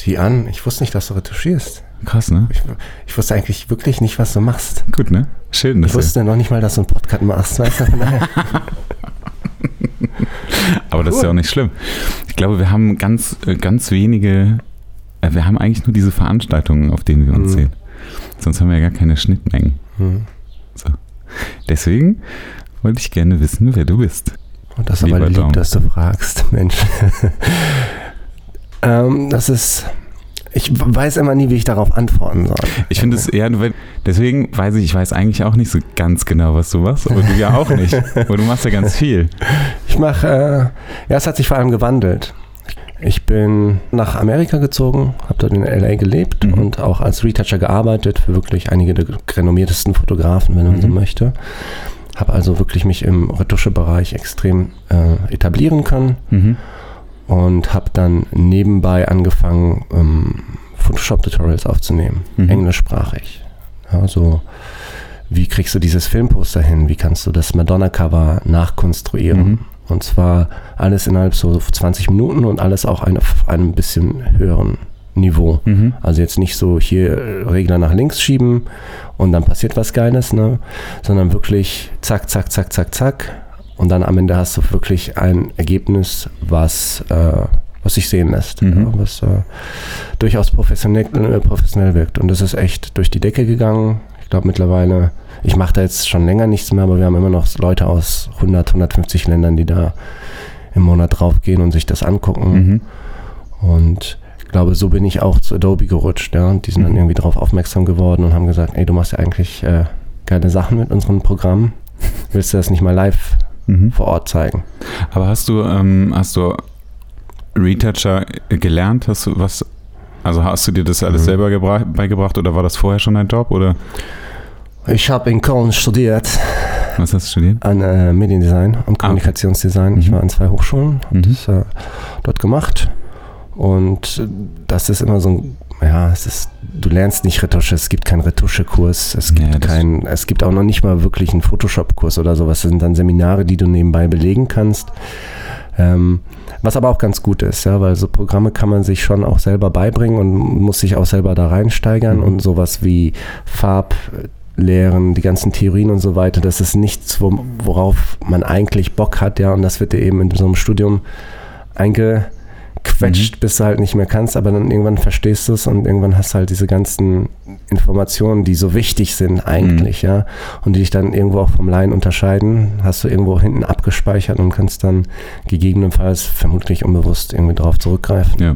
Sieh an, ich wusste nicht, dass du retuschierst. Krass, ne? Ich wusste eigentlich wirklich nicht, was du machst. Gut, ne? Schön. Ich wusste noch nicht mal, dass du einen Podcast machst, weißt du? Aber das ist ja auch nicht schlimm. Ich glaube, wir haben ganz wenige, wir haben eigentlich nur diese Veranstaltungen, auf denen wir uns sehen. Sonst haben wir ja gar keine Schnittmengen. So. Deswegen wollte ich gerne wissen, wer du bist. Und das ist aber lieb, dass du fragst, Mensch. Ich weiß immer nie, wie ich darauf antworten soll. Ich finde es eher, deswegen ich weiß eigentlich auch nicht so ganz genau, was du machst, aber du ja auch nicht. Aber du machst ja ganz viel. Es hat sich vor allem gewandelt. Ich bin nach Amerika gezogen, habe dort in LA gelebt und auch als Retoucher gearbeitet für wirklich einige der renommiertesten Fotografen, wenn man so möchte. Habe also wirklich mich im Retuschebereich extrem etablieren können und habe dann nebenbei angefangen, Photoshop-Tutorials aufzunehmen, englischsprachig. Also wie kriegst du dieses Filmposter hin? Wie kannst du das Madonna-Cover nachkonstruieren? Und zwar alles innerhalb so 20 Minuten und alles auch auf einem bisschen höheren Niveau. Also jetzt nicht so hier Regler nach links schieben und dann passiert was Geiles, ne? Sondern wirklich zack, zack, zack, zack, zack. Und dann am Ende hast du wirklich ein Ergebnis, was sich sehen lässt, was durchaus professionell wirkt. Und das ist echt durch die Decke gegangen. Ich glaube mittlerweile, ich mache da jetzt schon länger nichts mehr, aber wir haben immer noch Leute aus 150 Ländern, die da im Monat draufgehen und sich das angucken. Und ich glaube, so bin ich auch zu Adobe gerutscht. Ja? Und die sind dann irgendwie darauf aufmerksam geworden und haben gesagt, ey, du machst ja eigentlich geile Sachen mit unseren Programmen. Willst du das nicht mal live vor Ort zeigen? Aber hast du Retoucher gelernt? Hast du dir das alles selber beigebracht oder war das vorher schon dein Job? Oder? Ich habe in Köln studiert. Was hast du studiert? An Mediendesign und Kommunikationsdesign. Ich war an 2 Hochschulen und das dort gemacht. Und das ist immer so ein, du lernst nicht Retusche, es gibt keinen Retuschekurs, es gibt auch noch nicht mal wirklich einen Photoshop-Kurs oder sowas. Das sind dann Seminare, die du nebenbei belegen kannst. Was aber auch ganz gut ist, ja, weil so Programme kann man sich schon auch selber beibringen und muss sich auch selber da reinsteigern und sowas wie Farblehren, die ganzen Theorien und so weiter, das ist nichts, worauf man eigentlich Bock hat, ja, und das wird dir eben in so einem Studium eingequetscht, bis du halt nicht mehr kannst, aber dann irgendwann verstehst du es und irgendwann hast du halt diese ganzen Informationen, die so wichtig sind eigentlich, ja, und die dich dann irgendwo auch vom Laien unterscheiden, hast du irgendwo hinten abgespeichert und kannst dann gegebenenfalls vermutlich unbewusst irgendwie drauf zurückgreifen. Ja.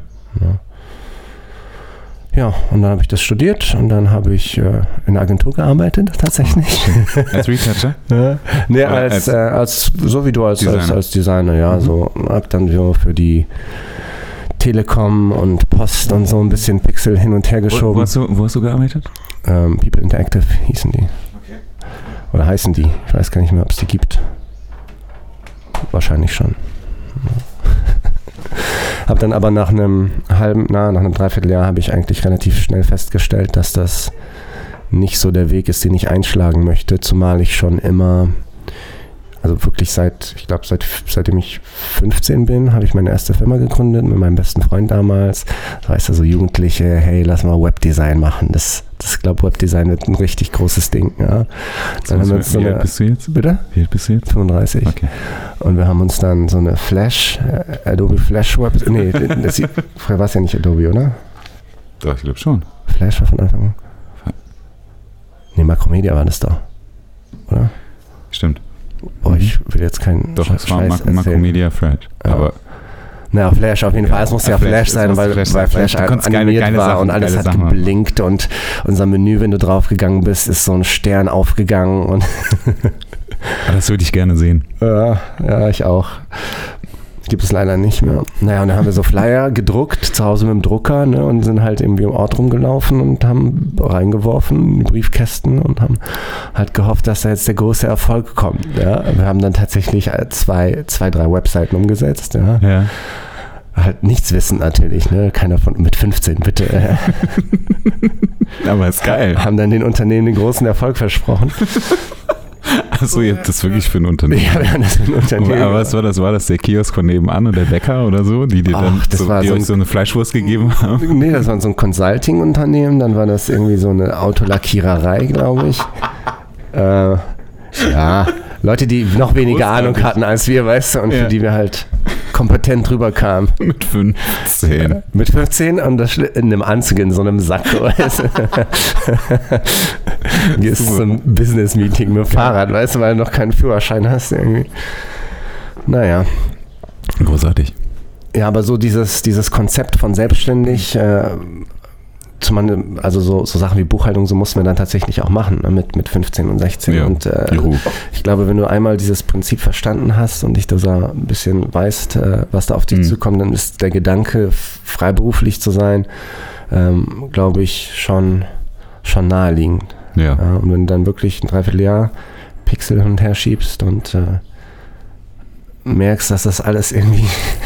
Ja, und dann habe ich das studiert und dann habe ich in der Agentur gearbeitet, tatsächlich. Als Retoucher? Nee, als so wie du als Designer, ja. So habe dann so für die Telekom und Post und so ein bisschen Pixel hin und her geschoben. Wo hast du gearbeitet? People Interactive hießen die. Okay. Oder heißen die. Ich weiß gar nicht mehr, ob es die gibt. Wahrscheinlich schon. Habe dann aber nach einem Dreivierteljahr habe ich eigentlich relativ schnell festgestellt, dass das nicht so der Weg ist, den ich einschlagen möchte, zumal ich schon immer, also wirklich seitdem ich 15 bin, habe ich meine erste Firma gegründet mit meinem besten Freund damals. Das heißt also Jugendliche, hey, lass mal Webdesign machen. Ich glaube, Webdesign wird ein richtig großes Ding. Ja. Dann haben wir uns wie alt bist du jetzt? Bitte? Wie alt bist du jetzt? 35. Okay. Und wir haben uns dann so eine Adobe Flash Web, früher war es ja nicht Adobe, oder? Doch, ich glaube schon. Flash war von Anfang an. Nee, Macromedia war das doch, oder? Stimmt. Oh, ich will jetzt keinen Doch, es war Macromedia Flash. Ja. Aber Flash auf jeden Fall. Es muss ja Flash sein, weil Flash animiert war und alles hat geblinkt und unser Menü, wenn du draufgegangen bist, ist so ein Stern aufgegangen. Und das würde ich gerne sehen. Ja, ich auch. Gibt es leider nicht mehr. Naja, und dann haben wir so Flyer gedruckt, zu Hause mit dem Drucker, ne, und sind halt irgendwie im Ort rumgelaufen und haben reingeworfen in die Briefkästen und haben halt gehofft, dass da jetzt der große Erfolg kommt. Ja. Wir haben dann tatsächlich 3 Webseiten umgesetzt. Ja. Halt nichts wissen natürlich, ne? Keiner von mit 15, bitte. Aber ist geil. Haben dann den Unternehmen den großen Erfolg versprochen. Achso, ihr habt das wirklich für ein Unternehmen. Ja, wir haben das für ein Unternehmen. Aber was war das? War das der Kiosk von nebenan und der Bäcker oder so, die dir dann euch so eine Fleischwurst gegeben haben? Nee, das war so ein Consulting-Unternehmen. Dann war das irgendwie so eine Autolackiererei, glaube ich. Ja, Leute, die noch weniger Ahnung hatten als wir, weißt du, und für die wir halt kompetent drüber kamen. Mit 15. Ja, mit 15 und das in einem Anzug, in so einem Sack. Weißt du? Gehst zum Business-Meeting mit dem Fahrrad, weißt du, weil du noch keinen Führerschein hast irgendwie. Naja. Großartig. Ja, aber so dieses Konzept von selbstständig, also so Sachen wie Buchhaltung, so mussten wir dann tatsächlich auch machen, ne, mit 15 und 16. Ja, und ich glaube, wenn du einmal dieses Prinzip verstanden hast und dich da so ein bisschen weißt, was da auf dich zukommt, dann ist der Gedanke, freiberuflich zu sein, glaube ich, schon naheliegend. Ja. Und wenn du dann wirklich ein Dreivierteljahr Pixel hin und her schiebst und merkst, dass das alles irgendwie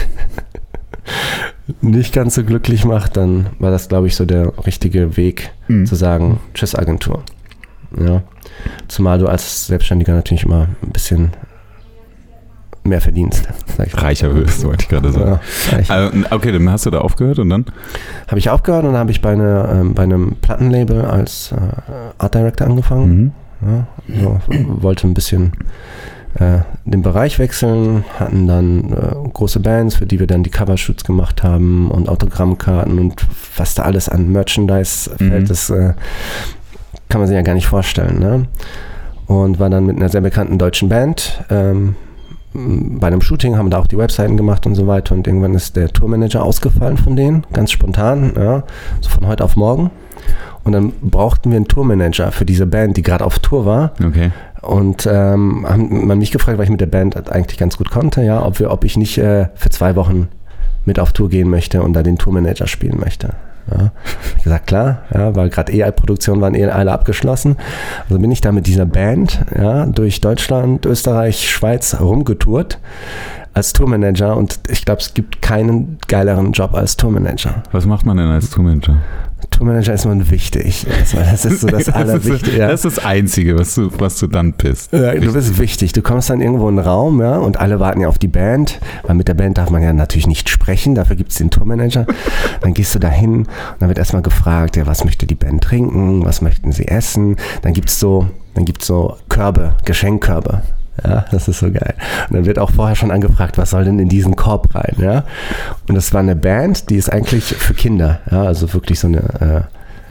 nicht ganz so glücklich macht, dann war das, glaube ich, so der richtige Weg, zu sagen, tschüss Agentur. Ja. Zumal du als Selbstständiger natürlich immer ein bisschen mehr verdienst. Reicher wirst, wollte ich gerade sagen. Ja, okay, dann hast du da aufgehört und dann? Habe ich aufgehört und dann habe ich bei einem Plattenlabel als Art Director angefangen. Ja, so, wollte ein bisschen den Bereich wechseln, hatten dann große Bands, für die wir dann die Covershoots gemacht haben und Autogrammkarten und was da alles an Merchandise fällt, das kann man sich ja gar nicht vorstellen. Ne? Und war dann mit einer sehr bekannten deutschen Band bei einem Shooting, haben da auch die Webseiten gemacht und so weiter und irgendwann ist der Tourmanager ausgefallen von denen, ganz spontan, ja, so von heute auf morgen. Und dann brauchten wir einen Tourmanager für diese Band, die gerade auf Tour war. Okay. Und haben mich gefragt, weil ich mit der Band eigentlich ganz gut konnte, ja, ob ich nicht für 2 Wochen mit auf Tour gehen möchte und da den Tourmanager spielen möchte. Ja. Ich gesagt, klar, ja, weil gerade Produktionen waren alle abgeschlossen. Also bin ich da mit dieser Band durch Deutschland, Österreich, Schweiz rumgetourt als Tourmanager und ich glaube, es gibt keinen geileren Job als Tourmanager. Was macht man denn als Tourmanager? Tourmanager ist man wichtig. Das ist so das Allerwichtigste. Das ist das Einzige, was du dann bist. Ja, du bist wichtig. Du kommst dann irgendwo in einen Raum, ja, und alle warten ja auf die Band, weil mit der Band darf man ja natürlich nicht sprechen, dafür gibt es den Tourmanager. Dann gehst du da hin und dann wird erstmal gefragt, ja, was möchte die Band trinken, was möchten sie essen. Dann gibt's so Körbe, Geschenkkörbe. Ja, das ist so geil. Und dann wird auch vorher schon angefragt, was soll denn in diesen Korb rein, ja? Und das war eine Band, die ist eigentlich für Kinder, ja, also wirklich so eine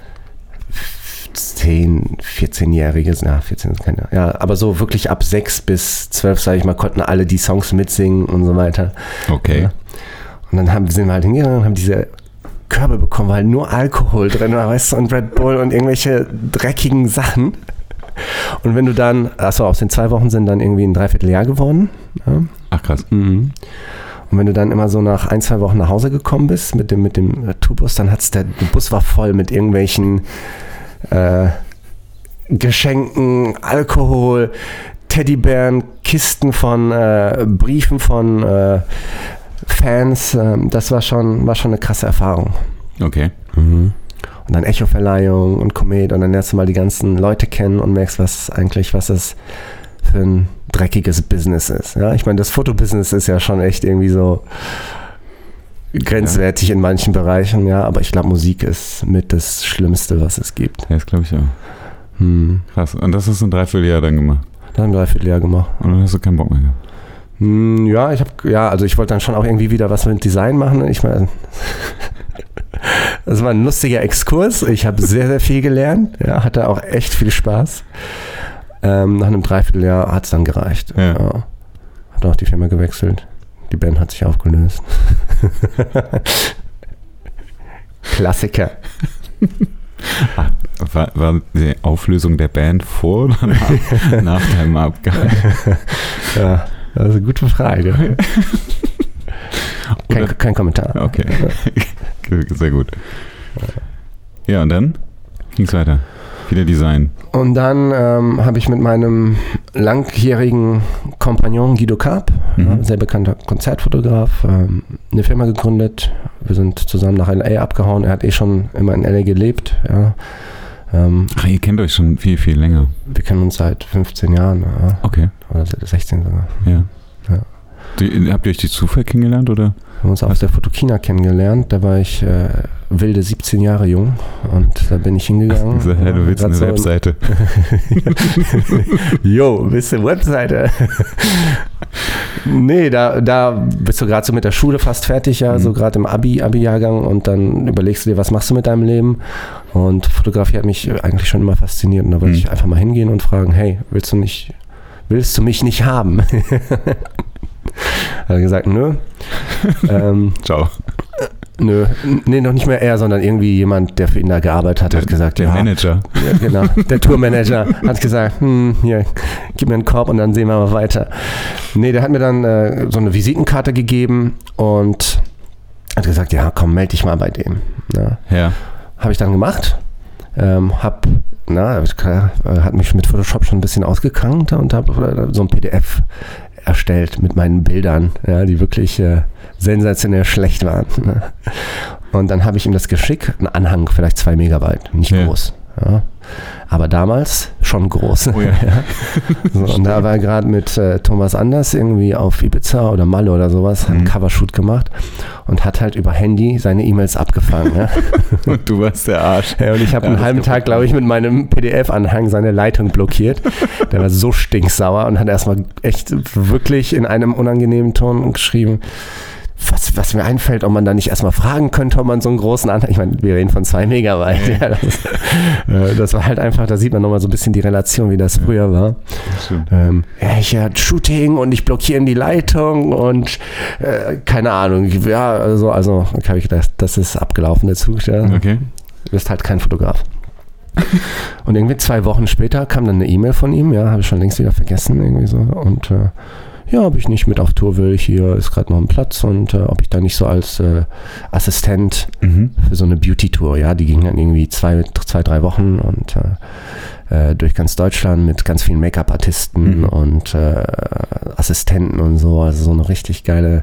14-jährige, 14 ist keine, ja, aber so wirklich ab 6 bis 12, sage ich mal, konnten alle die Songs mitsingen und so weiter. Okay. Ja. Und dann sind wir halt hingegangen und haben diese Körbe bekommen, weil nur Alkohol drin war, weißt du, und Red Bull und irgendwelche dreckigen Sachen. Und wenn du dann, aus den 2 Wochen sind dann irgendwie ein Dreivierteljahr geworden. Ja. Ach krass. Mhm. Und wenn du dann immer so nach 1-2 Wochen nach Hause gekommen bist mit dem Tourbus, dann der Bus war voll mit irgendwelchen Geschenken, Alkohol, Teddybären, Kisten von Briefen von Fans. Das war schon eine krasse Erfahrung. Okay. Mhm. Und dann Echo-Verleihung und Komet und dann lernst du mal die ganzen Leute kennen und merkst, was es für ein dreckiges Business ist. Ja? Ich meine, das Fotobusiness ist ja schon echt irgendwie so grenzwertig in manchen Bereichen, ja, aber ich glaube, Musik ist mit das Schlimmste, was es gibt. Ja, das glaube ich auch. Krass. Und das hast du ein Dreivierteljahr dann gemacht? Dann ein Dreivierteljahr gemacht. Und dann hast du keinen Bock mehr gehabt? Ja, ich wollte dann schon auch irgendwie wieder was mit Design machen. Ich meine, das war ein lustiger Exkurs. Ich habe sehr, sehr viel gelernt. Ja, hatte auch echt viel Spaß. Nach einem Dreivierteljahr hat es dann gereicht. Ja. Ja. Hat auch die Firma gewechselt. Die Band hat sich aufgelöst. Klassiker. War die Auflösung der Band vor oder nach deinem Abgang? Ja, das ist eine gute Frage. Kein Kommentar. Okay, sehr gut. Ja, und dann ging es weiter. Wieder Design. Und dann habe ich mit meinem langjährigen Kompagnon Guido Karp, sehr bekannter Konzertfotograf, eine Firma gegründet. Wir sind zusammen nach L.A. abgehauen. Er hat schon immer in L.A. gelebt. Ja. Ach, ihr kennt euch schon viel, viel länger. Wir kennen uns seit 15 Jahren. Okay. Oder seit 16 sogar. Ja. Ja. Habt ihr euch durch Zufall kennengelernt, oder? Wir haben uns auf der Photokina kennengelernt. Da war ich wilde 17 Jahre jung und da bin ich hingegangen. So, hey, du willst eine Webseite. Jo, willst du eine Webseite? Nee, da bist du gerade so mit der Schule fast fertig, ja, so gerade im Abi-Jahrgang und dann überlegst du dir, was machst du mit deinem Leben? Und Fotografie hat mich eigentlich schon immer fasziniert und da wollte ich einfach mal hingehen und fragen, hey, willst du mich nicht haben? Hat er gesagt, nö. Ciao. Nö, nee, noch nicht mehr er, sondern irgendwie jemand, der für ihn da gearbeitet hat, hat gesagt, der Manager. Ja, genau, der Tourmanager hat gesagt, hier, gib mir einen Korb und dann sehen wir mal weiter. Nee, der hat mir dann so eine Visitenkarte gegeben und hat gesagt, ja, komm, melde dich mal bei dem. Ja. Habe ich dann gemacht, hat mich mit Photoshop schon ein bisschen ausgekannt und habe so ein PDF erstellt mit meinen Bildern, ja, die wirklich sensationell schlecht waren. Ne? Und dann habe ich ihm das geschickt, ein Anhang, vielleicht 2 Megabyte, nicht groß. Ja. Aber damals schon groß. Oh ja. Ja. So, und da war er gerade mit Thomas Anders irgendwie auf Ibiza oder Malle oder sowas, hat einen Covershoot gemacht und hat halt über Handy seine E-Mails abgefangen. Ja. Und du warst der Arsch. Ja, und ich habe einen halben Tag, glaube ich, mit meinem PDF-Anhang seine Leitung blockiert. Der war so stinksauer und hat erstmal echt wirklich in einem unangenehmen Ton geschrieben, was mir einfällt, ob man da nicht erstmal fragen könnte, ob man so einen großen Anteil, ich meine, wir reden von 2 Megabyte. Ja, das war halt einfach, da sieht man nochmal so ein bisschen die Relation, wie das früher war. Ich hatte Shooting und ich blockiere die Leitung und keine Ahnung. Ja, also habe ich gedacht, das ist abgelaufen, der Zug. Ja. Okay. Du bist halt kein Fotograf. Und irgendwie 2 Wochen später kam dann eine E-Mail von ihm, ja, habe ich schon längst wieder vergessen, irgendwie so. Und ja, ob ich nicht mit auf Tour will, hier ist gerade noch ein Platz und ob ich da nicht so als Assistent für so eine Beauty-Tour, ja, die ging dann irgendwie 2-3 Wochen und durch ganz Deutschland mit ganz vielen Make-up-Artisten und Assistenten und so, also so eine richtig geile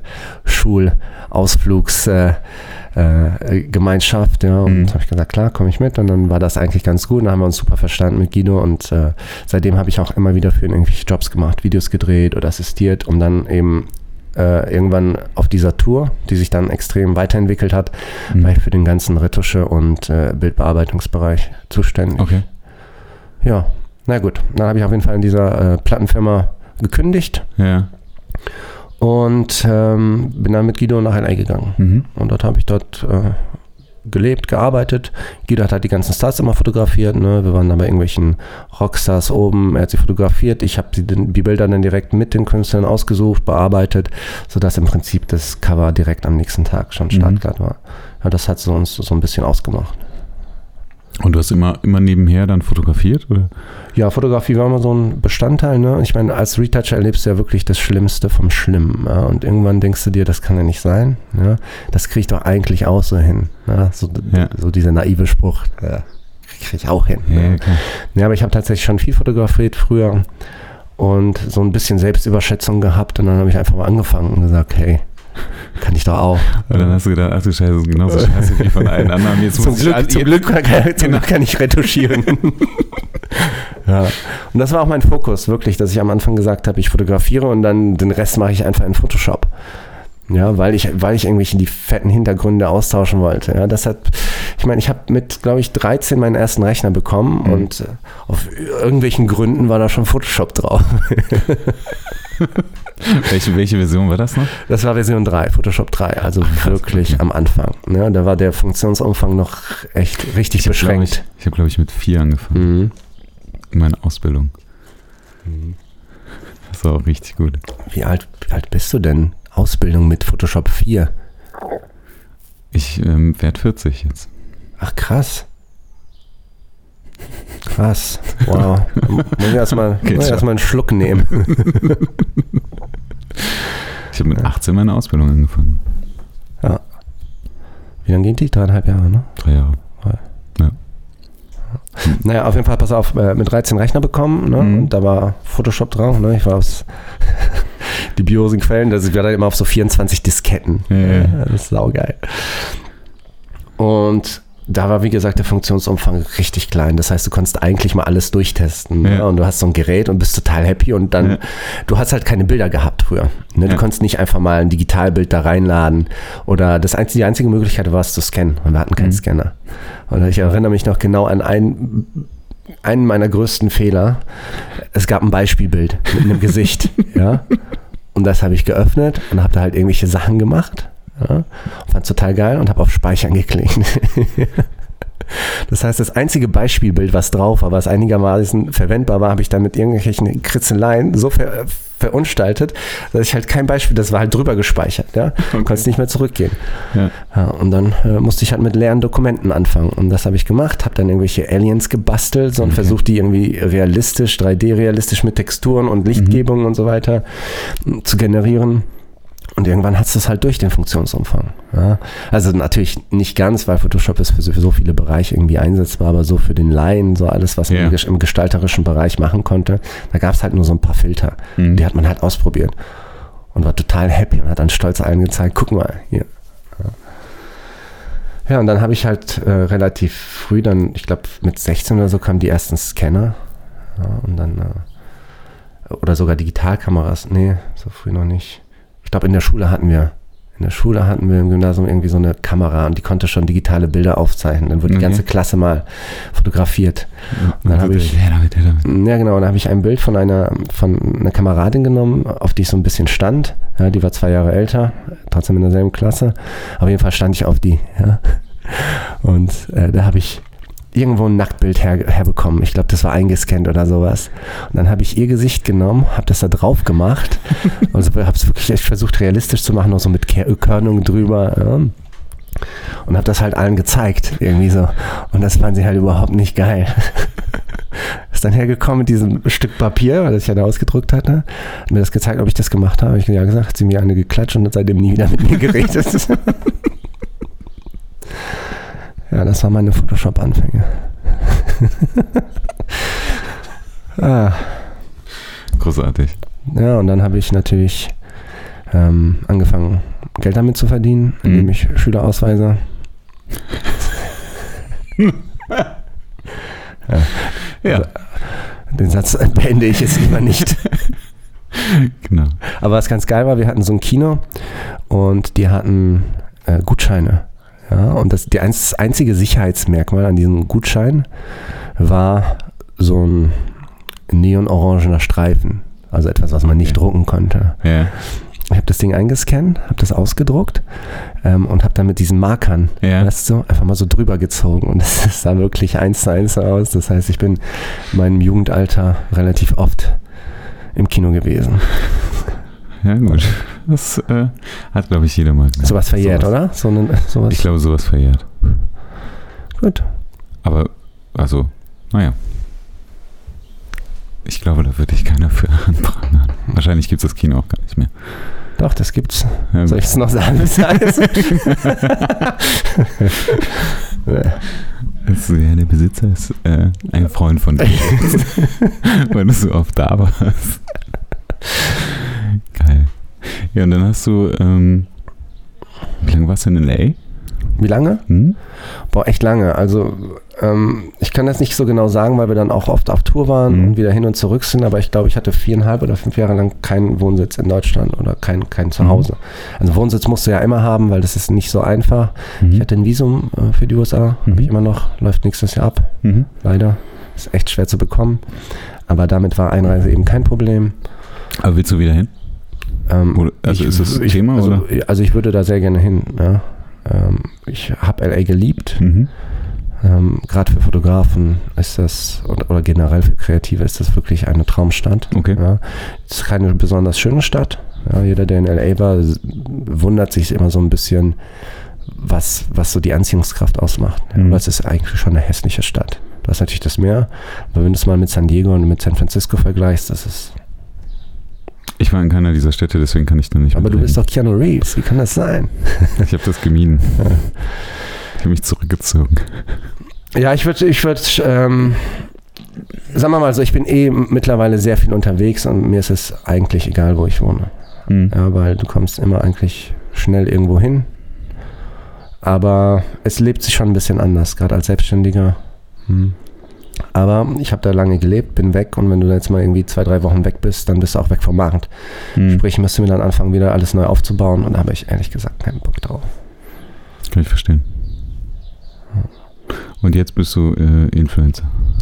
Schulausflugsgemeinschaft, ja, und habe ich gesagt, klar, komme ich mit und dann war das eigentlich ganz gut, dann haben wir uns super verstanden mit Guido und seitdem habe ich auch immer wieder für ihn irgendwelche Jobs gemacht, Videos gedreht oder assistiert, um dann eben irgendwann auf dieser Tour, die sich dann extrem weiterentwickelt hat, war ich für den ganzen Retusche- und Bildbearbeitungsbereich zuständig. Okay. Ja, na gut, dann habe ich auf jeden Fall in dieser Plattenfirma gekündigt. Ja. Und bin dann mit Guido nach LA gegangen. Und dort habe ich gelebt, gearbeitet. Guido hat halt die ganzen Stars immer fotografiert. Ne? Wir waren dann bei irgendwelchen Rockstars oben. Er hat sie fotografiert. Ich habe die Bilder dann direkt mit den Künstlern ausgesucht, bearbeitet, sodass im Prinzip das Cover direkt am nächsten Tag schon startklar war. Ja, das hat uns so ein bisschen ausgemacht. Und du hast immer nebenher dann fotografiert, oder? Ja, Fotografie war immer so ein Bestandteil. Ne? Ich meine, als Retoucher erlebst du ja wirklich das Schlimmste vom Schlimmen. Ja? Und irgendwann denkst du dir, das kann ja nicht sein. Ja? Das krieg ich doch eigentlich auch so hin. Ja? So dieser naive Spruch, krieg ich auch hin. Ja, ja. klar. Ja, aber ich habe tatsächlich schon viel fotografiert früher und so ein bisschen Selbstüberschätzung gehabt. Und dann habe ich einfach mal angefangen und gesagt, hey, kann ich doch auch. Und dann hast du gedacht, ach du Scheiße, genauso scheiße wie von allen anderen. Jetzt zum Glück kann ich retuschieren. Ja. Und das war auch mein Fokus, wirklich, dass ich am Anfang gesagt habe, ich fotografiere und dann den Rest mache ich einfach in Photoshop. Ja, weil ich irgendwelche die fetten Hintergründe austauschen wollte. Ja, ich meine, ich habe mit, glaube ich, 13 meinen ersten Rechner bekommen und auf irgendwelchen Gründen war da schon Photoshop drauf. Welche Version war das noch? Das war Version 3, Photoshop 3, also wirklich am Anfang. Ja, da war der Funktionsumfang noch echt richtig beschränkt. Ich habe, glaube ich, mit 4 angefangen. In meiner Ausbildung. Das war auch richtig gut. Wie alt bist du denn? Ausbildung mit Photoshop 4? Ich werde 40 jetzt. Ach, krass. Krass. Wow. Muss ich erstmal einen Schluck nehmen. Ich habe mit 18 meine Ausbildung angefangen. Ja. Wie lange geht die? 3,5 Jahre, ne? 3 Jahre. Ja. Naja, auf jeden Fall, pass auf, mit 13 Rechner bekommen, ne? Und da war Photoshop drauf, ne? Ich war aus die biosen Quellen, ich war dann immer auf so 24 Disketten. Ja. Das ist saugeil. Und da war, wie gesagt, der Funktionsumfang richtig klein. Das heißt, du konntest eigentlich mal alles durchtesten. Ja. Ne? Und du hast so ein Gerät und bist total happy und dann, du hast halt keine Bilder gehabt früher. Ne? Du konntest nicht einfach mal ein Digitalbild da reinladen oder die einzige Möglichkeit war es zu scannen und wir hatten keinen Scanner. Und ich erinnere mich noch genau an einen meiner größten Fehler. Es gab ein Beispielbild mit einem Gesicht. Ja? Und das habe ich geöffnet und habe da halt irgendwelche Sachen gemacht. Ja, fand es total geil und habe auf Speichern geklickt. Das heißt, das einzige Beispielbild, was drauf war, was einigermaßen verwendbar war, habe ich dann mit irgendwelchen Kritzeleien so verunstaltet, dass ich halt kein Beispiel, das war halt drüber gespeichert. Ja? Du konntest nicht mehr zurückgehen. Ja, und dann musste ich halt mit leeren Dokumenten anfangen. Und das habe ich gemacht, habe dann irgendwelche Aliens gebastelt und versucht, die irgendwie realistisch, 3D-realistisch mit Texturen und Lichtgebungen und so weiter zu generieren. Und irgendwann hat es das halt durch den Funktionsumfang. Ja. Also natürlich nicht ganz, weil Photoshop ist für so viele Bereiche irgendwie einsetzbar, aber so für den Laien, so alles, was man im gestalterischen Bereich machen konnte, da gab es halt nur so ein paar Filter. Die hat man halt ausprobiert und war total happy und hat dann stolz allen gezeigt, guck mal, hier. Ja, und dann habe ich halt relativ früh dann, ich glaube mit 16 oder so, kamen die ersten Scanner. Ja, und dann, oder sogar Digitalkameras. Nee, so früh noch nicht. Ich glaube, in der Schule hatten wir im Gymnasium irgendwie so eine Kamera und die konnte schon digitale Bilder aufzeichnen. Dann wurde die ganze Klasse mal fotografiert. Und dann habe ich, dann habe ich ein Bild von einer Kameradin genommen, auf die ich so ein bisschen stand. Ja, die war 2 Jahre älter, trotzdem in derselben Klasse. Auf jeden Fall stand ich auf die. Ja. Und da habe ich irgendwo ein Nacktbild herbekommen. Ich glaube, das war eingescannt oder sowas. Und dann habe ich ihr Gesicht genommen, habe das da drauf gemacht. Also habe es wirklich echt versucht, realistisch zu machen, auch so mit Körnung drüber. Ja. Und habe das halt allen gezeigt, irgendwie so. Und das fanden sie halt überhaupt nicht geil. Ist dann hergekommen mit diesem Stück Papier, das ich ja da ausgedruckt hatte. Hat mir das gezeigt, ob ich das gemacht habe. Ich habe ja gesagt, hat sie mir eine geklatscht und hat seitdem nie wieder mit mir geredet. Ja, das waren meine Photoshop-Anfänge. Großartig. Ja, und dann habe ich natürlich angefangen, Geld damit zu verdienen, indem ich Schülerausweise. Ja. Den Satz beende ich jetzt lieber nicht. Genau. Aber was ganz geil war, wir hatten so ein Kino und die hatten Gutscheine. Ja, und das einzige Sicherheitsmerkmal an diesem Gutschein war so ein neonorangener Streifen. Also etwas, was man nicht drucken konnte. Ja. Ich habe das Ding eingescannt, habe das ausgedruckt und habe dann mit diesen Markern weißt du, einfach mal so drüber gezogen. Und das sah wirklich 1:1 aus. Das heißt, ich bin in meinem Jugendalter relativ oft im Kino gewesen. Ja, gut. Das hat, glaube ich, jeder mal gemacht. Sowas verjährt, oder? Sowas. Ich glaube, sowas verjährt. Gut. Aber, also, naja. Ich glaube, da würde ich keiner für anprangern. Wahrscheinlich gibt es das Kino auch gar nicht mehr. Doch, das gibt's. Ja, soll ich es noch sagen? Der Besitzer ist ein Freund von dir. Weil du so oft da warst. Geil. Ja, und dann hast du, wie lange warst du in L.A.? Wie lange? Boah, echt lange. Also ich kann das nicht so genau sagen, weil wir dann auch oft auf Tour waren und wieder hin und zurück sind, aber ich glaube, ich hatte 4,5 oder 5 Jahre lang keinen Wohnsitz in Deutschland oder kein Zuhause. Also Wohnsitz musst du ja immer haben, weil das ist nicht so einfach. Ich hatte ein Visum für die USA, habe ich immer noch, läuft nächstes Jahr ab. Leider. Ist echt schwer zu bekommen. Aber damit war Einreise eben kein Problem. Aber willst du wieder hin? Ist das ein Thema? Also, oder? Also ich würde da sehr gerne hin. Ja. Ich habe L.A. geliebt. Gerade für Fotografen ist das, oder generell für Kreative ist das wirklich eine Traumstadt. Okay. Ja. Es ist keine besonders schöne Stadt. Ja, jeder, der in L.A. war, wundert sich immer so ein bisschen, was so die Anziehungskraft ausmacht. Ja, aber es ist eigentlich schon eine hässliche Stadt. Du hast natürlich das Meer, aber wenn du es mal mit San Diego und mit San Francisco vergleichst, das ist... Ich war in keiner dieser Städte, deswegen kann ich da nicht Aber du bist doch Keanu Reeves, wie kann das sein? Ich habe das gemieden. Ich habe mich zurückgezogen. Ja, ich würde, sagen wir mal so, ich bin mittlerweile sehr viel unterwegs und mir ist es eigentlich egal, wo ich wohne. Ja, weil du kommst immer eigentlich schnell irgendwo hin. Aber es lebt sich schon ein bisschen anders, gerade als Selbstständiger. Aber ich habe da lange gelebt, bin weg und wenn du jetzt mal irgendwie 2-3 Wochen weg bist, dann bist du auch weg vom Markt. Sprich, müsste mir dann anfangen, wieder alles neu aufzubauen und da habe ich ehrlich gesagt keinen Bock drauf. Kann ich verstehen. Und jetzt bist du Influencer.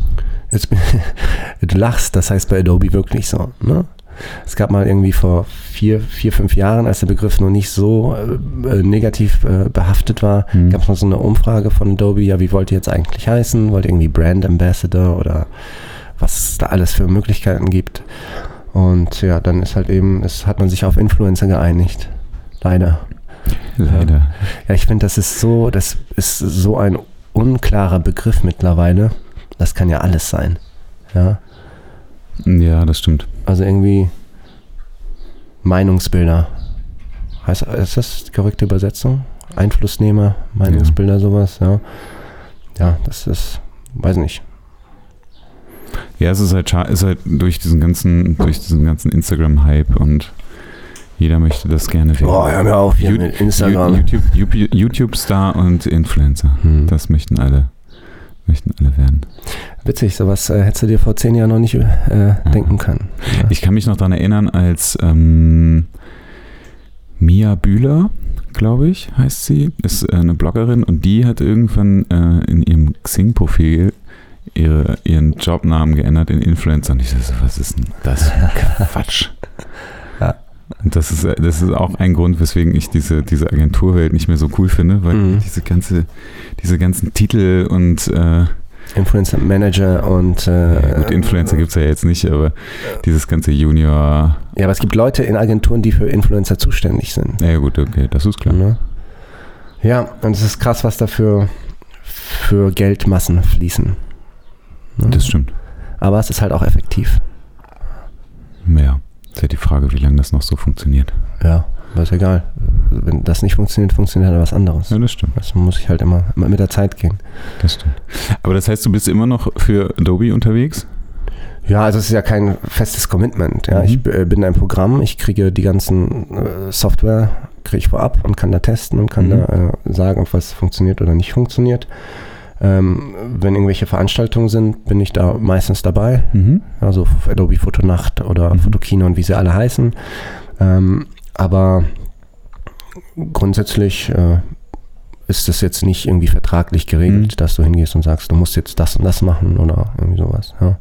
Du lachst, das heißt bei Adobe wirklich so, ne? Es gab mal irgendwie vor 4-5 Jahren, als der Begriff noch nicht so negativ behaftet war, gab es mal so eine Umfrage von Adobe, ja, wie wollt ihr jetzt eigentlich heißen? Wollt ihr irgendwie Brand Ambassador oder was es da alles für Möglichkeiten gibt? Und ja, dann ist halt eben, hat man sich auf Influencer geeinigt. Leider. Ja, ich finde, das ist so ein unklarer Begriff mittlerweile. Das kann ja alles sein. Ja. Ja, das stimmt. Also irgendwie Meinungsbilder. Ist das die korrekte Übersetzung? Einflussnehmer, Meinungsbilder, sowas, ja. Ja, das ist, weiß nicht. Ja, es ist halt durch diesen ganzen Instagram-Hype und jeder möchte das gerne werden. Boah, hör mir auf hier mit Instagram. YouTube-Star und Influencer. Das möchten alle werden. Witzig, sowas hättest du dir vor 10 Jahren noch nicht denken können. Ja. Ich kann mich noch daran erinnern, als Mia Bühler, glaube ich, heißt sie, ist eine Bloggerin und die hat irgendwann in ihrem Xing-Profil ihren Jobnamen geändert in Influencer. Und ich dachte, was ist denn das für ein Quatsch? Ja. Und das ist auch ein Grund, weswegen ich diese Agenturwelt nicht mehr so cool finde, weil diese ganzen Titel und Influencer Manager und gut, Influencer gibt es ja jetzt nicht, aber dieses ganze Junior. Ja, aber es gibt Leute in Agenturen, die für Influencer zuständig sind. Ja gut, okay, das ist klar. Ja, und es ist krass, was dafür für Geldmassen fließen. Das stimmt. Aber es ist halt auch effektiv. Ja, ist ja die Frage, wie lange das noch so funktioniert. Ja, aber ist egal. Wenn das nicht funktioniert, funktioniert halt was anderes. Ja, das stimmt. Das muss ich halt immer mit der Zeit gehen. Das stimmt. Aber das heißt, du bist immer noch für Adobe unterwegs? Ja, also es ist ja kein festes Commitment. Ja. Ich bin ein Programm, ich kriege die ganzen Software, kriege ich vorab und kann da testen und kann da sagen, ob was funktioniert oder nicht funktioniert. Wenn irgendwelche Veranstaltungen sind, bin ich da meistens dabei. Also Adobe Fotonacht oder Fotokino und wie sie alle heißen. Aber grundsätzlich ist das jetzt nicht irgendwie vertraglich geregelt, dass du hingehst und sagst, du musst jetzt das und das machen oder irgendwie sowas. Ja.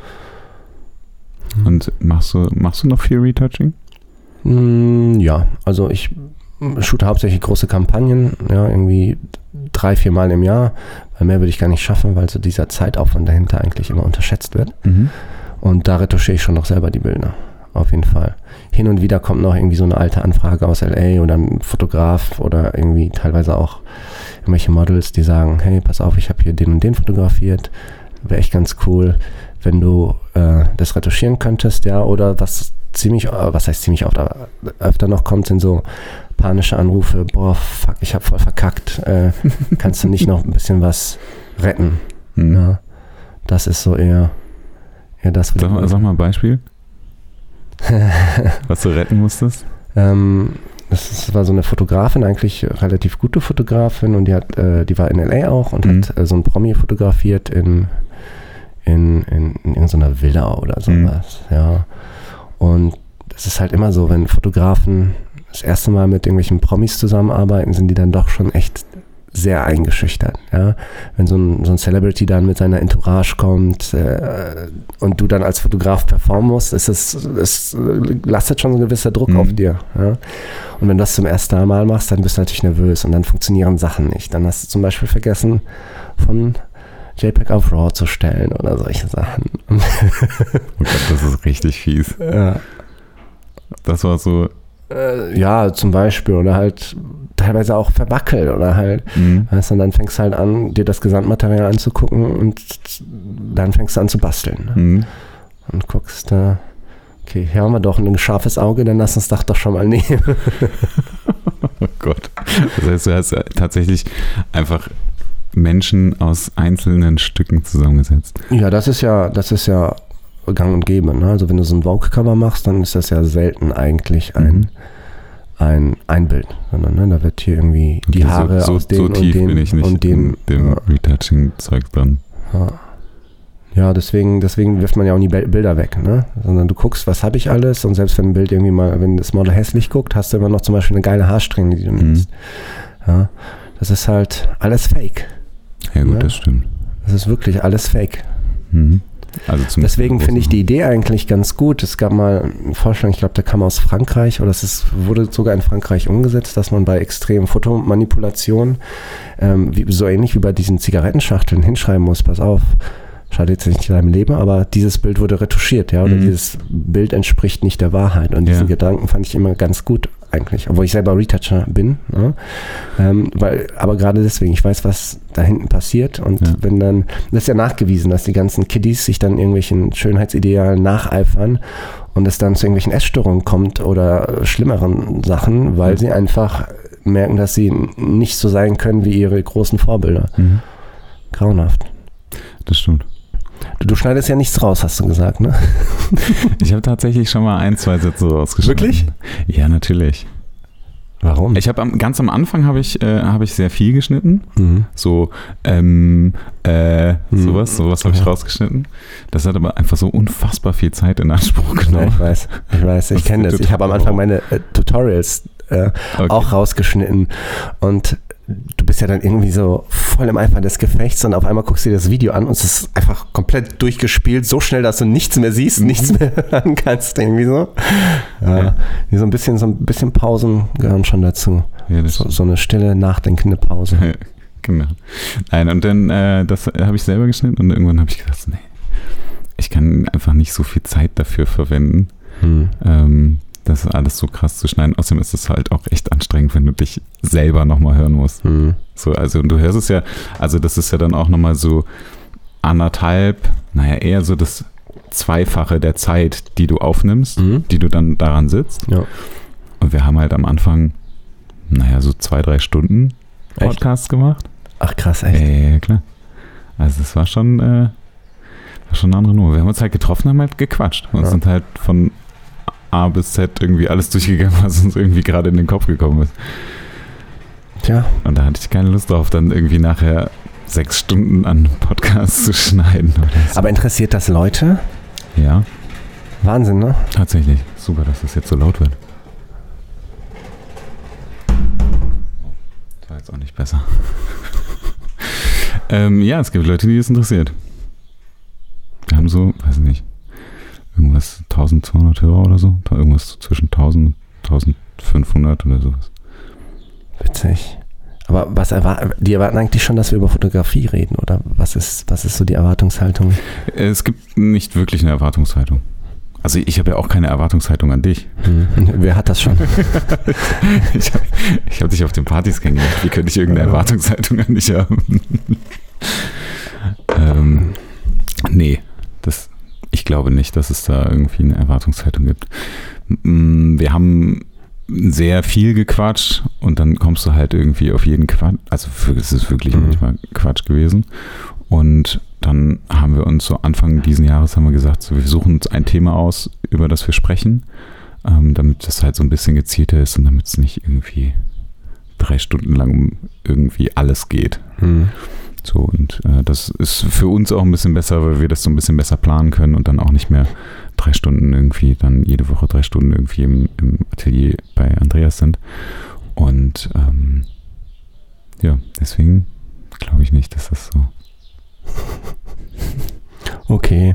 Und machst du noch viel Retouching? Ja, also ich shoote hauptsächlich große Kampagnen, ja, irgendwie 3-4 Mal im Jahr, weil mehr würde ich gar nicht schaffen, weil so dieser Zeitaufwand dahinter eigentlich immer unterschätzt wird. Und da retuschiere ich schon noch selber die Bilder, auf jeden Fall. Hin und wieder kommt noch irgendwie so eine alte Anfrage aus LA oder ein Fotograf oder irgendwie teilweise auch irgendwelche Models, die sagen, hey, pass auf, ich habe hier den und den fotografiert, wäre echt ganz cool, wenn du das retuschieren könntest, ja, oder was heißt ziemlich oft, aber öfter noch kommt, sind so panische Anrufe, boah, fuck, ich habe voll verkackt, kannst du nicht noch ein bisschen was retten? Ja, das ist so eher das. Sag mal ein Beispiel. Was du retten musstest? Das war so eine Fotografin, eigentlich relativ gute Fotografin und die war in LA auch und hat so ein Promi fotografiert in irgendeiner Villa oder sowas, ja. Und das ist halt immer so, wenn Fotografen das erste Mal mit irgendwelchen Promis zusammenarbeiten, sind die dann doch schon echt sehr eingeschüchtert, ja. Wenn so ein Celebrity dann mit seiner Entourage kommt und du dann als Fotograf performen musst, es lastet schon so ein gewisser Druck auf dir, ja. Und wenn du das zum ersten Mal machst, dann bist du natürlich nervös und dann funktionieren Sachen nicht. Dann hast du zum Beispiel vergessen, von JPEG auf RAW zu stellen oder solche Sachen. Oh Gott, das ist richtig fies. Ja. Das war so... ja, zum Beispiel. Oder halt teilweise auch verwackelt oder halt. Weißt du, und dann fängst du halt an, dir das Gesamtmaterial anzugucken und dann fängst du an zu basteln. Und guckst, okay, hier haben wir doch ein scharfes Auge, dann lass uns das doch schon mal nehmen. Oh Gott. Das heißt, du hast tatsächlich einfach Menschen aus einzelnen Stücken zusammengesetzt. Ja, das ist ja gang und gäbe. Ne? Also wenn du so ein Vogue-Cover machst, dann ist das ja selten eigentlich ein ein Bild, sondern ne, da wird hier irgendwie die Haare so, aus dem so tief bin ich nicht und dem Retouching-Zeug dran. Ja, deswegen wirft man ja auch nie Bilder weg, ne? Sondern du guckst, was habe ich alles, und selbst wenn ein Bild irgendwie mal, wenn das Model hässlich guckt, hast du immer noch zum Beispiel eine geile Haarsträhne, die du nimmst. Ja, das ist halt alles Fake. Ja gut, ne? Das stimmt. Das ist wirklich alles Fake. Mhm. Also deswegen finde ich die Idee eigentlich ganz gut. Es gab mal einen Vorschlag, ich glaube, der kam aus Frankreich, oder wurde sogar in Frankreich umgesetzt, dass man bei extremen Fotomanipulationen, so ähnlich wie bei diesen Zigarettenschachteln, hinschreiben muss, pass auf, schadet jetzt nicht in deinem Leben, aber dieses Bild wurde retuschiert, ja, oder dieses Bild entspricht nicht der Wahrheit. Und diesen Gedanken fand ich immer ganz gut eigentlich, obwohl ich selber Retoucher bin, ne? Aber gerade deswegen, ich weiß, was da hinten passiert, und wenn dann, das ist ja nachgewiesen, dass die ganzen Kiddies sich dann irgendwelchen Schönheitsidealen nacheifern und es dann zu irgendwelchen Essstörungen kommt oder schlimmeren Sachen, weil sie einfach merken, dass sie nicht so sein können wie ihre großen Vorbilder. Grauenhaft. Das stimmt. Du schneidest ja nichts raus, hast du gesagt, ne? Ich habe tatsächlich schon mal 1-2 Sätze rausgeschnitten. Wirklich? Ja, natürlich. Warum? Ich habe ganz am Anfang habe ich sehr viel geschnitten. So, sowas habe ich rausgeschnitten. Das hat aber einfach so unfassbar viel Zeit in Anspruch genommen. Ja, ich weiß, ich kenne das. Ich habe am Anfang meine Tutorials auch rausgeschnitten, und du bist ja dann irgendwie so voll im Eifer des Gefechts, und auf einmal guckst du dir das Video an und es ist einfach komplett durchgespielt, so schnell, dass du nichts mehr siehst, nichts mehr hören kannst, irgendwie so. Ja. So ein bisschen Pausen gehören schon dazu. Ja, so eine stille, nachdenkende Pause. Ja, genau. Nein, und dann, das habe ich selber geschnitten, und irgendwann habe ich gedacht, nee, ich kann einfach nicht so viel Zeit dafür verwenden. Das alles so krass zu schneiden. Außerdem ist es halt auch echt anstrengend, wenn du dich selber nochmal hören musst. So, also du hörst es ja, also das ist ja dann auch nochmal so eher so das Zweifache der Zeit, die du aufnimmst, die du dann daran sitzt. Ja. Und wir haben halt am Anfang, so 2-3 Stunden Podcasts gemacht. Ach krass, echt? Ja, klar. Also es war schon eine andere Nummer. Wir haben uns halt getroffen, haben halt gequatscht und sind halt von A bis Z irgendwie alles durchgegangen, was uns irgendwie gerade in den Kopf gekommen ist. Tja. Und da hatte ich keine Lust drauf, dann irgendwie nachher 6 Stunden an Podcasts zu schneiden. Oder so. Aber interessiert das Leute? Ja. Wahnsinn, ne? Tatsächlich. Super, dass das jetzt so laut wird. Das war jetzt auch nicht besser. Ja, es gibt Leute, die es interessiert. Wir haben so, weiß nicht, irgendwas 1200 Hörer oder so. Irgendwas zwischen 1000 und 1500 oder sowas. Witzig. Aber die erwarten eigentlich schon, dass wir über Fotografie reden, oder was ist so die Erwartungshaltung? Es gibt nicht wirklich eine Erwartungshaltung. Also ich habe ja auch keine Erwartungshaltung an dich. Wer hat das schon? Ich habe dich auf den Partys kennengelernt. Wie könnte ich irgendeine Erwartungshaltung an dich haben? Nee, ich glaube nicht, dass es da irgendwie eine Erwartungshaltung gibt. Wir haben sehr viel gequatscht, und dann kommst du halt irgendwie auf jeden Quatsch. Also es ist wirklich manchmal Quatsch gewesen. Und dann haben wir uns so Anfang diesen Jahres gesagt, so, wir suchen uns ein Thema aus, über das wir sprechen, damit das halt so ein bisschen gezielter ist und damit es nicht irgendwie 3 Stunden lang um irgendwie alles geht. So, und das ist für uns auch ein bisschen besser, weil wir das so ein bisschen besser planen können und dann auch nicht mehr 3 Stunden irgendwie, dann jede Woche 3 Stunden irgendwie im Atelier bei Andreas sind. Und deswegen glaube ich nicht, dass das so. Okay.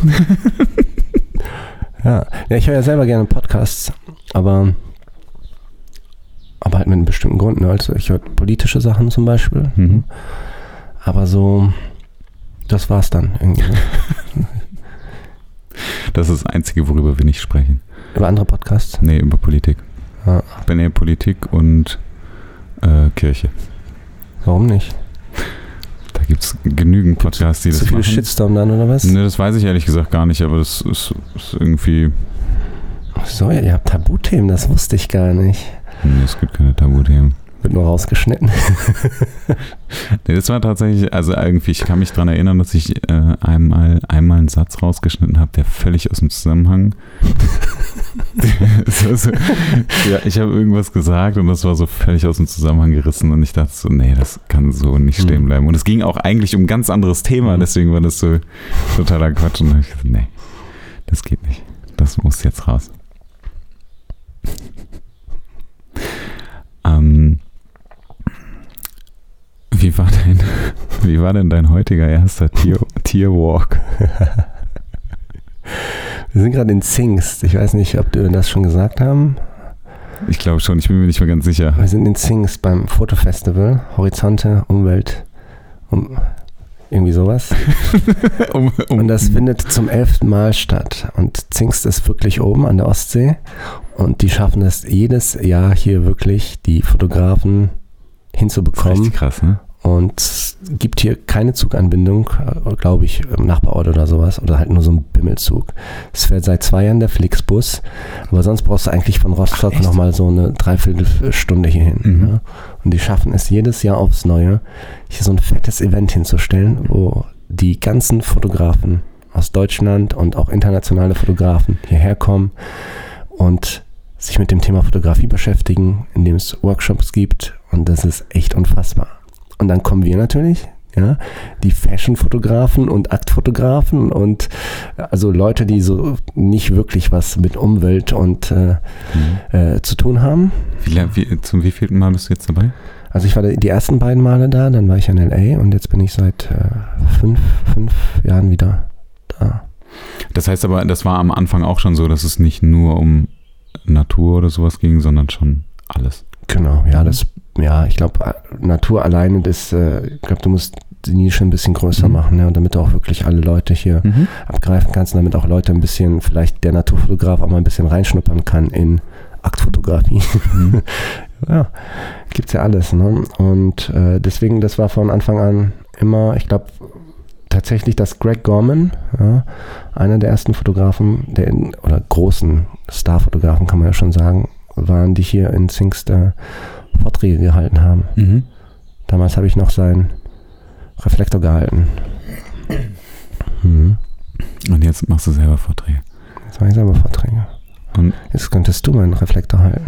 Ja, ich höre ja selber gerne Podcasts, aber halt mit einem bestimmten Grund. Ne? Also ich höre politische Sachen zum Beispiel. Aber so, das war's dann irgendwie. Das ist das Einzige, worüber wir nicht sprechen. Über andere Podcasts? Nee, über Politik. Ah. Ich bin eher Politik und Kirche. Warum nicht? Da gibt es genügend Podcasts, die das machen. Zu viel Shitstorm dann, oder was? Ne, das weiß ich ehrlich gesagt gar nicht, aber das ist irgendwie... Ach so, ihr habt Tabuthemen, das wusste ich gar nicht. Nee, es gibt keine Tabuthemen. Wird nur rausgeschnitten. Nee, das war tatsächlich, also irgendwie, ich kann mich daran erinnern, dass ich einmal einen Satz rausgeschnitten habe, der völlig aus dem Zusammenhang. Ja, ich habe irgendwas gesagt und das war so völlig aus dem Zusammenhang gerissen und ich dachte so, nee, das kann so nicht stehen bleiben. Und es ging auch eigentlich um ein ganz anderes Thema, deswegen war das so totaler Quatsch. Und dann habe ich gesagt, nee, das geht nicht. Das muss jetzt raus. Wie war denn dein heutiger erster Tierwalk? Wir sind gerade in Zingst. Ich weiß nicht, ob wir das schon gesagt haben. Ich glaube schon, ich bin mir nicht mehr ganz sicher. Wir sind in Zingst beim Fotofestival. Horizonte, Umwelt, irgendwie sowas. Und das findet zum 11. Mal statt. Und Zingst ist wirklich oben an der Ostsee. Und die schaffen es jedes Jahr hier wirklich, die Fotografen hinzubekommen. Das ist richtig krass, ne? Und es gibt hier keine Zuganbindung, glaube ich, im Nachbarort oder sowas. Oder halt nur so ein Bimmelzug. Es fährt seit 2 Jahren der Flixbus. Aber sonst brauchst du eigentlich von Rostock nochmal so eine Dreiviertelstunde hierhin. Mhm. Ja? Und die schaffen es jedes Jahr aufs Neue, hier so ein fettes Event hinzustellen, wo die ganzen Fotografen aus Deutschland und auch internationale Fotografen hierher kommen und sich mit dem Thema Fotografie beschäftigen, indem es Workshops gibt. Und das ist echt unfassbar. Und dann kommen wir natürlich, ja, die Fashion-Fotografen und Aktfotografen und also Leute, die so nicht wirklich was mit Umwelt und zu tun haben. Zum wievielten Mal bist du jetzt dabei? Also ich war die ersten beiden Male da, dann war ich in L.A. und jetzt bin ich seit 5 Jahren wieder da. Das heißt aber, das war am Anfang auch schon so, dass es nicht nur um Natur oder sowas ging, sondern schon alles. Genau, ich glaube, Natur alleine, ich glaube, du musst die Nische ein bisschen größer machen, ja, und damit du auch wirklich alle Leute hier abgreifen kannst und damit auch Leute ein bisschen, vielleicht der Naturfotograf auch mal ein bisschen reinschnuppern kann in Aktfotografie. Ja, gibt's ja alles, ne? Und deswegen, das war von Anfang an immer, ich glaube, tatsächlich, dass Greg Gorman, ja, einer der ersten Fotografen, oder großen Starfotografen, kann man ja schon sagen, waren, die hier in Zingst Vorträge gehalten haben. Mhm. Damals habe ich noch seinen Reflektor gehalten. Mhm. Und jetzt machst du selber Vorträge. Jetzt mache ich selber Vorträge. Und jetzt könntest du meinen Reflektor halten.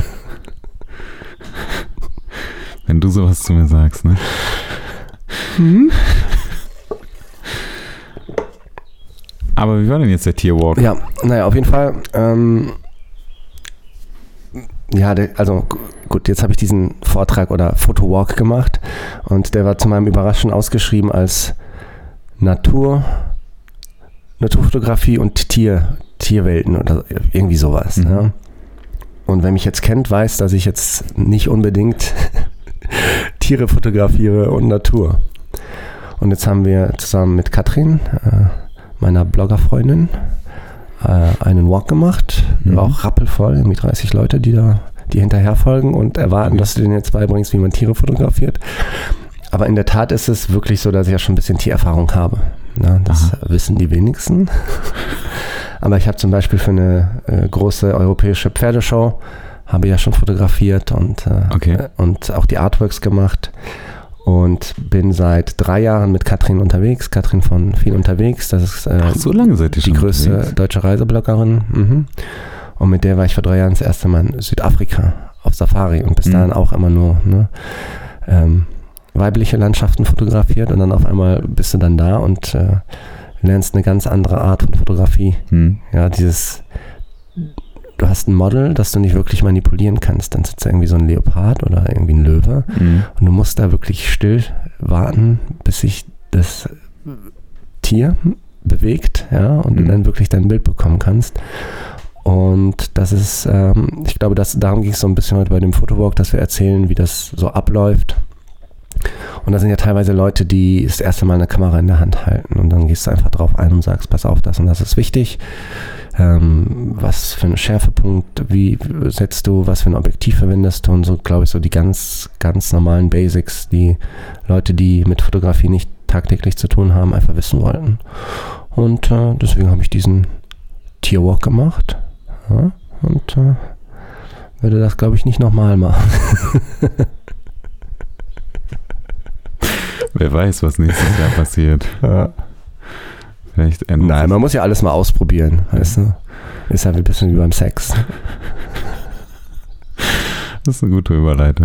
Wenn du sowas zu mir sagst, ne? Mhm. Aber wie war denn jetzt der Tierwalk? Ja, naja, auf jeden Fall. Also gut, jetzt habe ich diesen Vortrag oder Fotowalk gemacht und der war zu meinem Überraschen ausgeschrieben als Naturfotografie und Tierwelten oder irgendwie sowas. Mhm. Ja. Und wer mich jetzt kennt, weiß, dass ich jetzt nicht unbedingt Tiere fotografiere und Natur. Und jetzt haben wir zusammen mit Katrin, meiner Bloggerfreundin, einen Walk gemacht. War auch rappelvoll, irgendwie 30 Leute, die hinterher folgen und erwarten, dass du denen jetzt beibringst, wie man Tiere fotografiert. Aber in der Tat ist es wirklich so, dass ich ja schon ein bisschen Tiererfahrung habe. Ja, das wissen die wenigsten. Aber ich habe zum Beispiel für eine große europäische Pferdeshow habe ja schon fotografiert und auch die Artworks gemacht. Und bin seit 3 Jahren mit Katrin unterwegs. Katrin von Viel unterwegs. Das ist so lange seid ihr die schon größte unterwegs? Deutsche Reisebloggerin. Mhm. Und mit der war ich vor 3 Jahren das erste Mal in Südafrika auf Safari. Und bis dahin auch immer nur weibliche Landschaften fotografiert. Und dann auf einmal bist du dann da und lernst eine ganz andere Art von Fotografie. Ja, du hast ein Model, das du nicht wirklich manipulieren kannst. Dann sitzt da irgendwie so ein Leopard oder irgendwie ein Löwe und du musst da wirklich still warten, bis sich das Tier bewegt, ja, und du dann wirklich dein Bild bekommen kannst. Und das ist, ich glaube, darum ging es so ein bisschen heute bei dem Fotowalk, dass wir erzählen, wie das so abläuft. Und da sind ja teilweise Leute, die das erste Mal eine Kamera in der Hand halten und dann gehst du einfach drauf ein und sagst, pass auf, das und das ist wichtig. Was für einen Schärfepunkt, wie setzt du, was für ein Objektiv verwendest du und so, glaube ich, so die ganz, ganz normalen Basics, die Leute, die mit Fotografie nicht tagtäglich zu tun haben, einfach wissen wollten. Und deswegen habe ich diesen Tierwalk gemacht, ja, und würde das, glaube ich, nicht nochmal machen. Wer weiß, was nächstes Jahr passiert. Ja. Vielleicht Nein, man muss ja alles mal ausprobieren, weißt du? Ist halt ein bisschen wie beim Sex. Das ist eine gute Überleitung.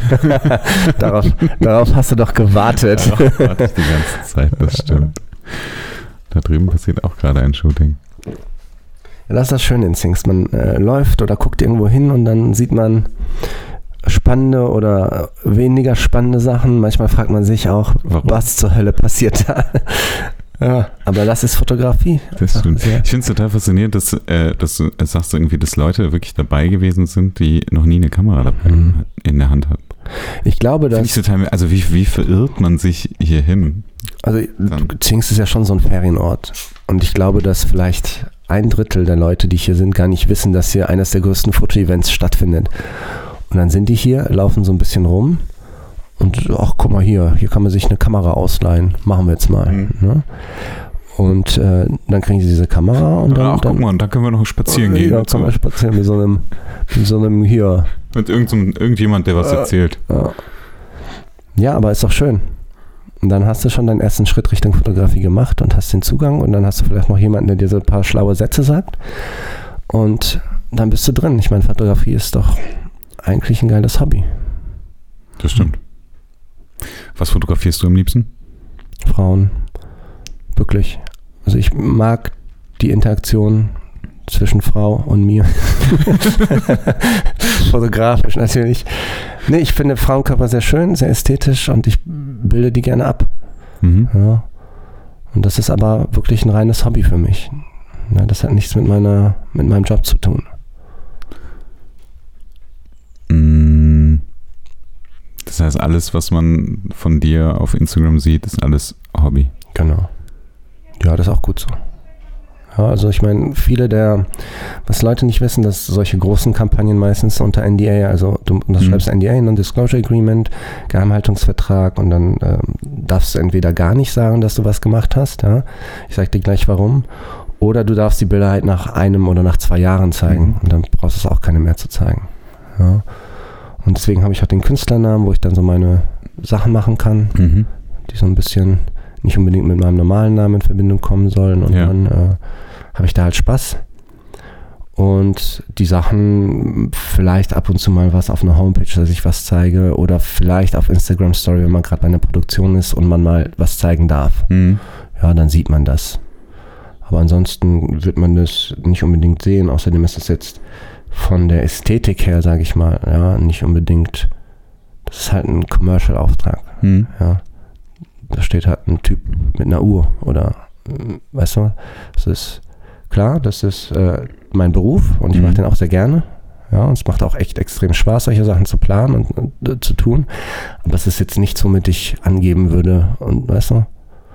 darauf hast du doch gewartet. Darauf warte ich die ganze Zeit, das stimmt. Da drüben passiert auch gerade ein Shooting. Ja, das ist das Schöne in Things. Man läuft oder guckt irgendwo hin und dann sieht man spannende oder weniger spannende Sachen. Manchmal fragt man sich auch, was zur Hölle passiert da. Ja, aber das ist Fotografie. Das stimmt. Ich finde es total faszinierend, dass du sagst irgendwie, dass Leute wirklich dabei gewesen sind, die noch nie eine Kamera dabei in der Hand hatten. Ich glaube, dass... Finde ich total, also wie verirrt man sich hier hin? Also Things ist ja schon so ein Ferienort. Und ich glaube, dass vielleicht 1/3 der Leute, die hier sind, gar nicht wissen, dass hier eines der größten Foto-Events stattfindet. Und dann sind die hier, laufen so ein bisschen rum. Und ach, guck mal hier kann man sich eine Kamera ausleihen. Machen wir jetzt mal. Ne? Und dann kriegen sie diese Kamera und dann... Ach, guck mal, da können wir noch spazieren gehen. Ja, können wir spazieren mit so einem hier. Mit irgendjemand, der was erzählt. Ja, aber ist doch schön. Und dann hast du schon deinen ersten Schritt Richtung Fotografie gemacht und hast den Zugang und dann hast du vielleicht noch jemanden, der dir so ein paar schlaue Sätze sagt. Und dann bist du drin. Ich meine, Fotografie ist doch eigentlich ein geiles Hobby. Das stimmt. Was fotografierst du am liebsten? Frauen. Wirklich. Also ich mag die Interaktion zwischen Frau und mir. Fotografisch natürlich. Nee, ich finde Frauenkörper sehr schön, sehr ästhetisch und ich bilde die gerne ab. Ja. Und das ist aber wirklich ein reines Hobby für mich. Ja, das hat nichts mit meinem Job zu tun. Das heißt, alles, was man von dir auf Instagram sieht, ist alles Hobby. Genau. Ja, das ist auch gut so. Ja, also ich meine, was Leute nicht wissen, dass solche großen Kampagnen meistens unter NDA, also du unterschreibst NDA, Non-Disclosure Agreement, Geheimhaltungsvertrag und dann darfst du entweder gar nicht sagen, dass du was gemacht hast, ja, ich sag dir gleich warum, oder du darfst die Bilder halt nach 1 oder nach 2 Jahren zeigen und dann brauchst du es auch keine mehr zu zeigen. Ja. Und deswegen habe ich auch den Künstlernamen, wo ich dann so meine Sachen machen kann, die so ein bisschen nicht unbedingt mit meinem normalen Namen in Verbindung kommen sollen. Und dann habe ich da halt Spaß. Und die Sachen, vielleicht ab und zu mal was auf einer Homepage, dass ich was zeige. Oder vielleicht auf Instagram Story, wenn man gerade bei einer Produktion ist und man mal was zeigen darf. Ja, dann sieht man das. Aber ansonsten wird man das nicht unbedingt sehen. Außerdem ist das jetzt von der Ästhetik her, sage ich mal, ja, nicht unbedingt, das ist halt ein Commercial-Auftrag. Ja. Da steht halt ein Typ mit einer Uhr oder, weißt du, das ist klar, das ist mein Beruf und ich mache den auch sehr gerne. Ja, und es macht auch echt extrem Spaß, solche Sachen zu planen und zu tun. Aber es ist jetzt nichts, womit ich angeben würde und, weißt du,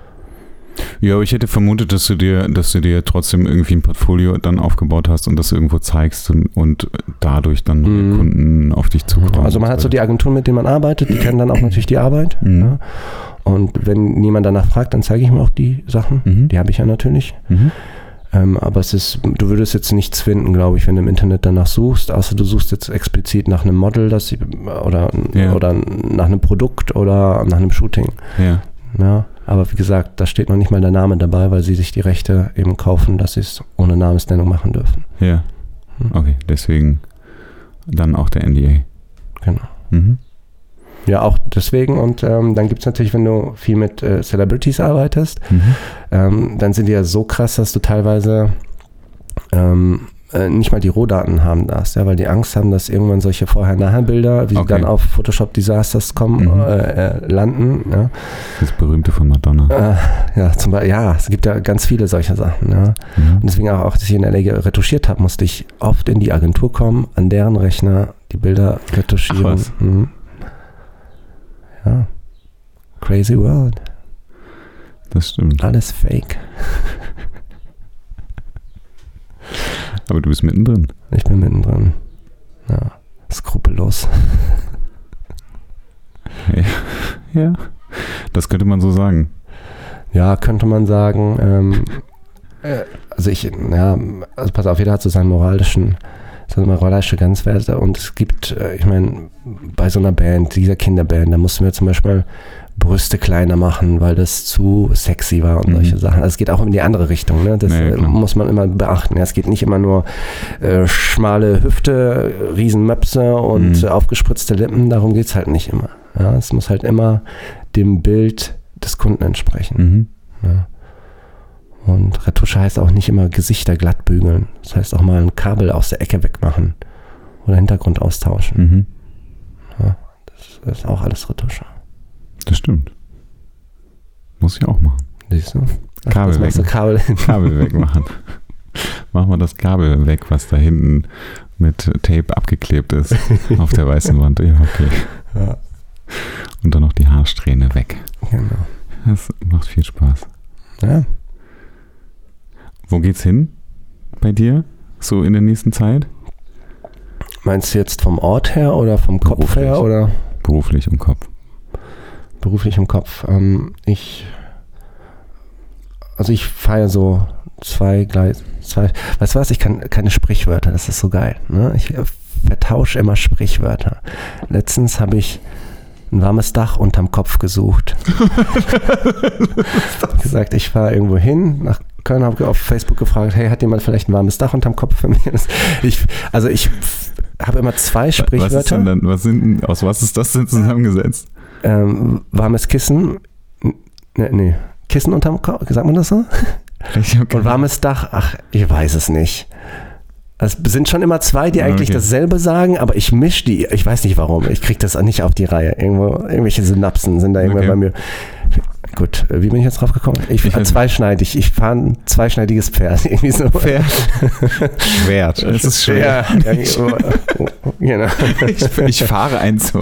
ja, aber ich hätte vermutet, dass du dir trotzdem irgendwie ein Portfolio dann aufgebaut hast und das irgendwo zeigst und dadurch dann Kunden auf dich zukommen. Also man hat so die Agenturen, mit denen man arbeitet, die kennen dann auch natürlich die Arbeit. Ja. Und wenn niemand danach fragt, dann zeige ich ihm auch die Sachen. Die habe ich ja natürlich. Aber du würdest jetzt nichts finden, glaube ich, wenn du im Internet danach suchst, außer du suchst jetzt explizit nach einem Model oder nach einem Produkt oder nach einem Shooting. Ja, aber wie gesagt, da steht noch nicht mal der Name dabei, weil sie sich die Rechte eben kaufen, dass sie es ohne Namensnennung machen dürfen. Ja, okay, deswegen dann auch der NDA. Genau. Ja, auch deswegen und dann gibt es natürlich, wenn du viel mit Celebrities arbeitest, dann sind die ja so krass, dass du teilweise nicht mal die Rohdaten haben darfst, ja, weil die Angst haben, dass irgendwann solche Vorher-Nachher-Bilder, wie sie dann auf Photoshop-Disasters kommen, landen. Ja. Das berühmte von Madonna. Es gibt ja ganz viele solcher Sachen. Ja. Und deswegen auch, dass ich in LA retuschiert habe, musste ich oft in die Agentur kommen, an deren Rechner die Bilder retuschieren. Ach, was? Ja. Crazy world. Das stimmt. Alles fake. Aber du bist mittendrin. Ich bin mittendrin. Ja, skrupellos. Ja, das könnte man so sagen. Ja, könnte man sagen. Also pass auf, jeder hat so seine moralische Grenzwerte und es gibt, ich meine, bei so einer Band, dieser Kinderband, da mussten wir zum Beispiel Brüste kleiner machen, weil das zu sexy war und solche Sachen. Also es geht auch in die andere Richtung. Ne? Das muss man immer beachten. Ja, es geht nicht immer nur schmale Hüfte, Riesenmöpse und aufgespritzte Lippen. Darum geht es halt nicht immer. Ja, es muss halt immer dem Bild des Kunden entsprechen. Ja. Und Retusche heißt auch nicht immer Gesichter glatt bügeln. Das heißt auch mal ein Kabel aus der Ecke wegmachen oder Hintergrund austauschen. Ja, das ist auch alles Retusche. Das stimmt. Muss ich auch machen. Siehst du? Kabel wegmachen. Machen wir das Kabel weg, was da hinten mit Tape abgeklebt ist auf der weißen Wand. Ja, okay. Ja. Und dann noch die Haarsträhne weg. Genau. Das macht viel Spaß. Ja. Wo geht's hin bei dir, so in der nächsten Zeit? Meinst du jetzt vom Ort her oder vom Kopf her? Oder? Beruflich im Kopf. Beruflich im Kopf. Ich fahre so zwei. Weißt du was, ich kann keine Sprichwörter, das ist so geil. Ne? Ich vertausche immer Sprichwörter. Letztens habe ich ein warmes Dach unterm Kopf gesucht. Gesagt, ich fahre irgendwo hin, nach Köln, habe auf Facebook gefragt, hey, hat jemand vielleicht ein warmes Dach unterm Kopf für mich? Ich habe immer zwei Sprichwörter. Aus was ist das denn zusammengesetzt? Warmes Kissen. Nee. Kissen unterm Kopf, sagt man das so? Und warmes Dach, ach, ich weiß es nicht. Es sind schon immer zwei, die eigentlich dasselbe sagen, aber ich mische die. Ich weiß nicht warum. Ich kriege das nicht auf die Reihe. Irgendwelche Synapsen sind da irgendwann bei mir. Gut, wie bin ich jetzt drauf gekommen? Zweischneidig. Ich fahre ein zweischneidiges Pferd. Irgendwie so. Pferd. Schwert. Das ist schwer. Genau. Ich fahre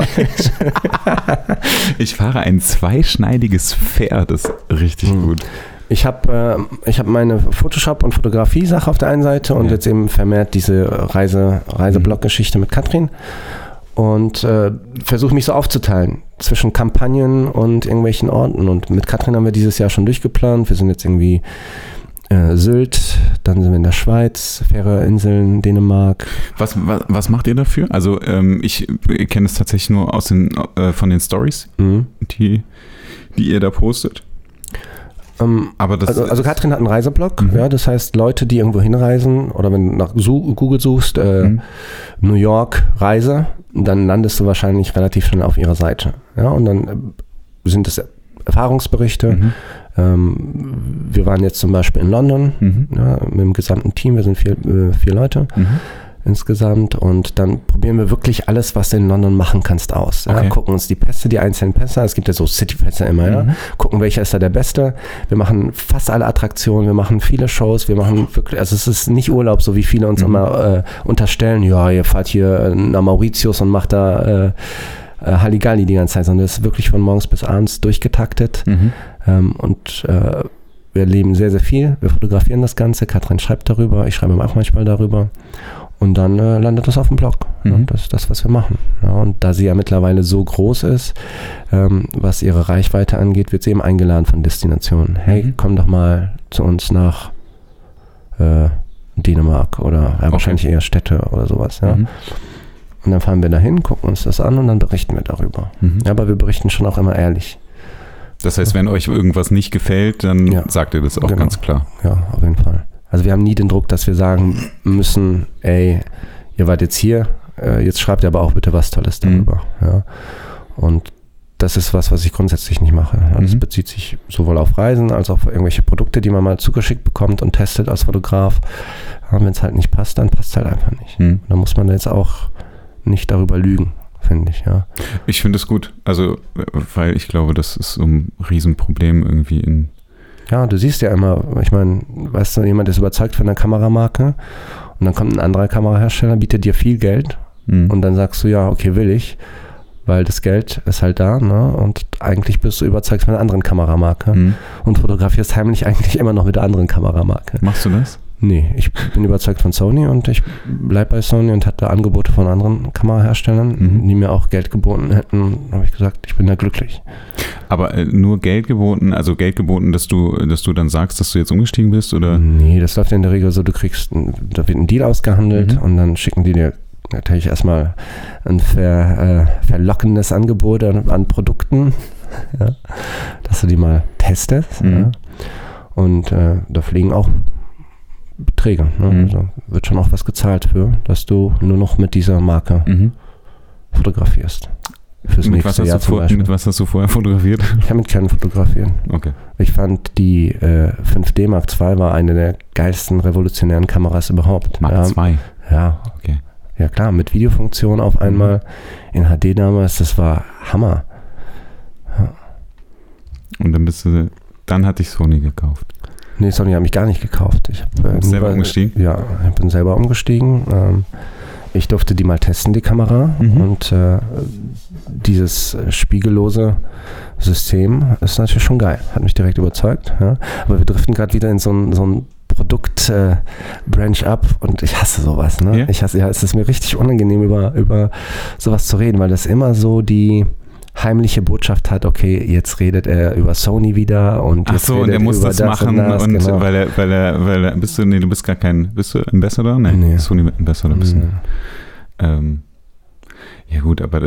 ein zweischneidiges Pferd. Das ist richtig gut. Ich habe meine Photoshop- und Fotografie-Sache auf der einen Seite und jetzt eben vermehrt diese Reiseblog-Geschichte mit Katrin und versuche mich so aufzuteilen zwischen Kampagnen und irgendwelchen Orten. Und mit Katrin haben wir dieses Jahr schon durchgeplant. Wir sind jetzt irgendwie Sylt, dann sind wir in der Schweiz, Färöerinseln, Dänemark. Was macht ihr dafür? Also ich kenne es tatsächlich nur von den Stories, die ihr da postet. Aber also Katrin hat einen Reiseblog, ja, das heißt Leute, die irgendwo hinreisen oder wenn du nach Google suchst, New York Reise, dann landest du wahrscheinlich relativ schnell auf ihrer Seite. Ja, und dann sind es Erfahrungsberichte. Wir waren jetzt zum Beispiel in London, ja, mit dem gesamten Team, wir sind vier Leute insgesamt und dann probieren wir wirklich alles, was du in London machen kannst, aus. Ja? Okay. Gucken uns die Pässe, die einzelnen Pässe, es gibt ja so City-Pässe immer, ja? Gucken, welcher ist da der beste. Wir machen fast alle Attraktionen, wir machen viele Shows, wir machen wirklich, also es ist nicht Urlaub, so wie viele uns immer unterstellen, ja, ihr fahrt hier nach Mauritius und macht da Halligalli die ganze Zeit, sondern das ist wirklich von morgens bis abends durchgetaktet und wir erleben sehr, sehr viel, wir fotografieren das Ganze, Katrin schreibt darüber, ich schreibe auch manchmal darüber. Und dann landet das auf dem Blog. Ja, das ist das, was wir machen. Ja, und da sie ja mittlerweile so groß ist, was ihre Reichweite angeht, wird sie eben eingeladen von Destinationen. Hey, komm doch mal zu uns nach Dänemark oder wahrscheinlich eher Städte oder sowas. Ja. Und dann fahren wir dahin, gucken uns das an und dann berichten wir darüber. Ja, aber wir berichten schon auch immer ehrlich. Das heißt, wenn euch irgendwas nicht gefällt, dann sagt ihr das auch ganz klar. Ja, auf jeden Fall. Also wir haben nie den Druck, dass wir sagen müssen, ey, ihr wart jetzt hier, jetzt schreibt ihr aber auch bitte was Tolles darüber. Ja. Und das ist was ich grundsätzlich nicht mache. Das bezieht sich sowohl auf Reisen als auch auf irgendwelche Produkte, die man mal zugeschickt bekommt und testet als Fotograf. Wenn es halt nicht passt, dann passt es halt einfach nicht. Da muss man jetzt auch nicht darüber lügen, finde ich. Ja. Ich finde es gut, also weil ich glaube, das ist so ein Riesenproblem irgendwie in... Ja, du siehst ja immer, ich meine, weißt du, jemand ist überzeugt von der Kameramarke und dann kommt ein anderer Kamerahersteller, bietet dir viel Geld und dann sagst du, ja, okay, will ich, weil das Geld ist halt da, ne? Und eigentlich bist du überzeugt von einer anderen Kameramarke und fotografierst heimlich eigentlich immer noch mit der anderen Kameramarke. Machst du das? Nee, ich bin überzeugt von Sony und ich bleibe bei Sony und hatte Angebote von anderen Kameraherstellern, die mir auch Geld geboten hätten. Habe ich gesagt, ich bin da glücklich. Aber nur Geld geboten, dass du dann sagst, dass du jetzt umgestiegen bist, oder? Nee, das läuft ja in der Regel so, da wird ein Deal ausgehandelt und dann schicken die dir natürlich erstmal ein verlockendes Angebot an Produkten. ja, dass du die mal testest. Mhm. Ja. Und da fliegen auch Beträge. Ne? Also wird schon auch was gezahlt für, dass du nur noch mit dieser Marke fotografierst. Fürs nächste Jahr zum Beispiel. Mit was hast du vorher fotografiert? Ich kann mit Canon fotografieren. Okay. Ich fand die 5D Mark II war eine der geilsten revolutionären Kameras überhaupt. Mark II? Ja. Okay. Ja klar, mit Videofunktion auf einmal in HD damals, das war Hammer. Ja. Und dann hatte ich Sony gekauft. Nee, Sony habe ich gar nicht gekauft. Ich habe selber umgestiegen? Ja, ich bin selber umgestiegen. Ich durfte die mal testen, die Kamera. Und dieses spiegellose System ist natürlich schon geil. Hat mich direkt überzeugt. Ja. Aber wir driften gerade wieder in so ein Produkt Branch up und ich hasse sowas. Ne? Yeah. Es ist mir richtig unangenehm, über sowas zu reden, weil das immer so die heimliche Botschaft hat, okay, jetzt redet er über Sony wieder und jetzt und er muss das machen und genau. weil er du bist gar kein, bist du Ambassador? Nee. Sony Ambassador bist du. Ja gut, aber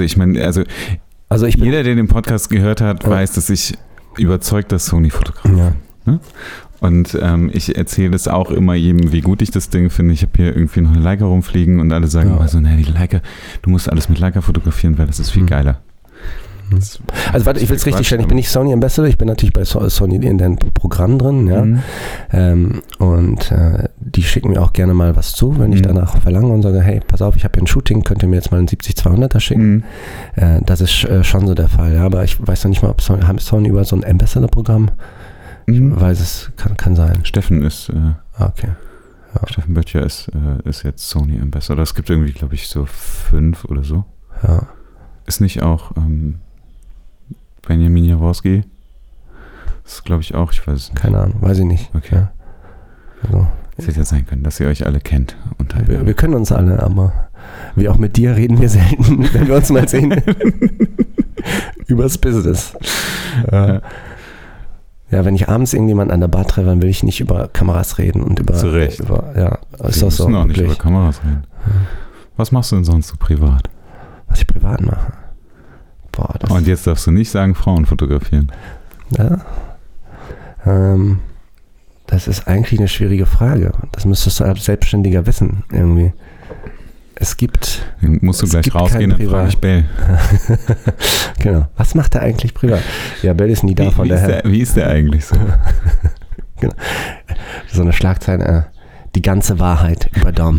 jeder, der den Podcast gehört hat, weiß, dass ich überzeugter Sony-Fotograf bin. Ja. Ne? Und ich erzähle es auch immer jedem, wie gut ich das Ding finde. Ich habe hier irgendwie noch eine Leica rumfliegen und alle sagen immer so, die Leica, du musst alles mit Leica fotografieren, weil das ist viel geiler. Also warte, ich will es richtig stellen, ich bin nicht Sony Ambassador, ich bin natürlich bei Sony in deren Programm drin, ja. Und die schicken mir auch gerne mal was zu, wenn ich danach verlange und sage, hey, pass auf, ich habe hier ein Shooting, könnt ihr mir jetzt mal einen 70-200er schicken. Das ist schon so der Fall, ja, aber ich weiß noch nicht mal, ob Sony über so ein Ambassador-Programm, ich weiß es, kann sein. Steffen ist okay. Ja. Steffen Böttcher ist jetzt Sony Ambassador. Es gibt irgendwie, glaube ich, so 5 oder so. Ja. Ist nicht auch Benjamin Jaworski? Das ist, glaube ich, auch, ich weiß es nicht. Keine Ahnung, weiß ich nicht. Okay. Ja. Also, es hätte ja sein können, dass ihr euch alle kennt. Wir können uns alle, aber wie auch mit dir reden wir selten, wenn wir uns mal sehen. Übers Business. Ja, wenn ich abends irgendjemanden an der Bar treffe, dann will ich nicht über Kameras reden und über... Zu Recht. Ist wir auch so. müssen auch nicht über Kameras reden. Ja. Was machst du denn sonst so privat? Was ich privat mache? Boah, und jetzt darfst du nicht sagen, Frauen fotografieren. Ja. Das ist eigentlich eine schwierige Frage. Das müsstest du als Selbstständiger wissen, irgendwie. Musst du gleich rausgehen, dann frage ich Bell. Genau. Was macht er eigentlich privat? Ja, Bell ist nie da, von daher. Wie ist der eigentlich so? Genau. So eine Schlagzeile, die ganze Wahrheit über Dom.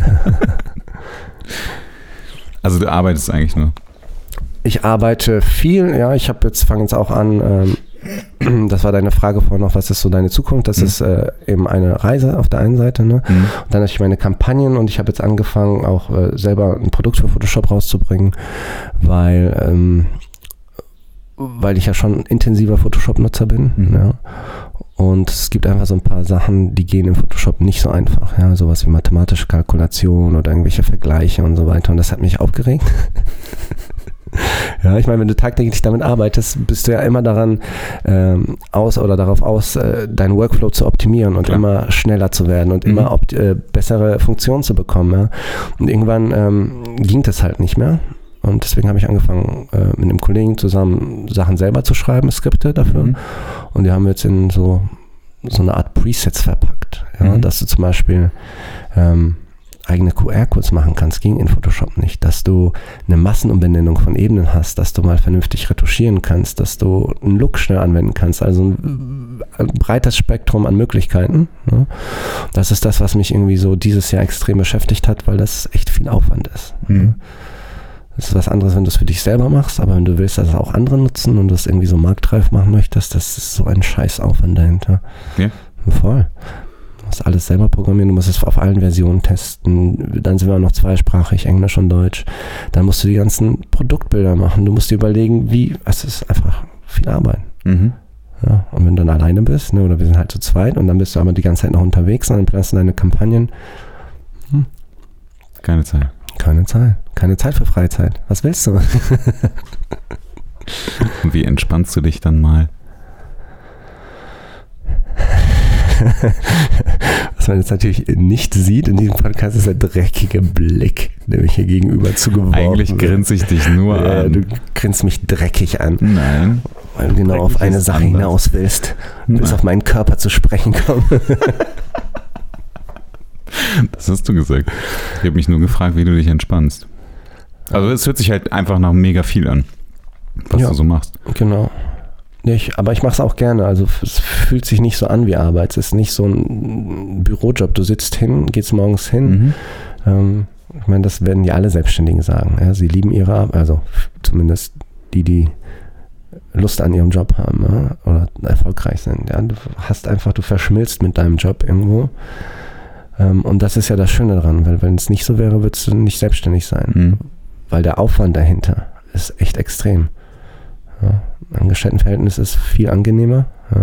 Also du arbeitest eigentlich nur? Ich arbeite viel, ja, fange jetzt auch an, das war deine Frage vorhin noch, was ist so deine Zukunft? Das ist eben eine Reise auf der einen Seite, ne? Und dann hatte ich meine Kampagnen und ich habe jetzt angefangen, auch selber ein Produkt für Photoshop rauszubringen, weil ich ja schon intensiver Photoshop-Nutzer bin, ja. Und es gibt einfach so ein paar Sachen, die gehen im Photoshop nicht so einfach, ja, sowas wie mathematische Kalkulation oder irgendwelche Vergleiche und so weiter, und das hat mich aufgeregt. Ja, ich meine, wenn du tagtäglich damit arbeitest, bist du ja immer darauf aus, deinen Workflow zu optimieren und immer schneller zu werden und immer bessere Funktionen zu bekommen. Ja? Und irgendwann ging das halt nicht mehr. Und deswegen habe ich angefangen, mit einem Kollegen zusammen Sachen selber zu schreiben, Skripte dafür. Und die haben wir jetzt in so eine Art Presets verpackt. Ja? Dass du zum Beispiel eigene QR-Codes machen kannst, ging in Photoshop nicht, dass du eine Massenumbenennung von Ebenen hast, dass du mal vernünftig retuschieren kannst, dass du einen Look schnell anwenden kannst, also ein breites Spektrum an Möglichkeiten. Ne? Das ist das, was mich irgendwie so dieses Jahr extrem beschäftigt hat, weil das echt viel Aufwand ist. Ne? Das ist was anderes, wenn du es für dich selber machst, aber wenn du willst, dass es auch andere nutzen und das irgendwie so marktreif machen möchtest, das ist so ein scheiß Aufwand dahinter. Ja. Voll. Du musst alles selber programmieren, du musst es auf allen Versionen testen, dann sind wir noch zweisprachig, Englisch und Deutsch. Dann musst du die ganzen Produktbilder machen, du musst dir überlegen, es ist einfach viel Arbeit. Ja, und wenn du dann alleine bist, ne, oder wir sind halt zu zweit und dann bist du aber die ganze Zeit noch unterwegs und dann planst du deine Kampagnen. Keine Zeit. Keine Zeit für Freizeit. Was willst du? Und wie entspannst du dich dann mal? Was man jetzt natürlich nicht sieht in diesem Podcast, ist der dreckige Blick, der mich hier gegenüber zugeworfen wird. Eigentlich grinse ich dich nur an. Du grinst mich dreckig an. Nein. Weil du genau dreckig auf eine Sache hinaus willst. Du willst auf meinen Körper zu sprechen kommen. Das hast du gesagt. Ich habe mich nur gefragt, wie du dich entspannst. Also es hört sich halt einfach nach mega viel an, was du so machst. Genau. Aber ich mache es auch gerne. Also es fühlt sich nicht so an wie Arbeit. Es ist nicht so ein Bürojob. Du sitzt hin, gehst morgens hin. Ich meine, das werden ja alle Selbstständigen sagen. Ja? Sie lieben ihre Arbeit, also zumindest die Lust an ihrem Job haben, ja? Oder erfolgreich sind. Ja? Du verschmilzt mit deinem Job irgendwo. Und das ist ja das Schöne daran, weil wenn es nicht so wäre, würdest du nicht selbstständig sein. Weil der Aufwand dahinter ist echt extrem. Ja, Angestelltenverhältnis ist viel angenehmer.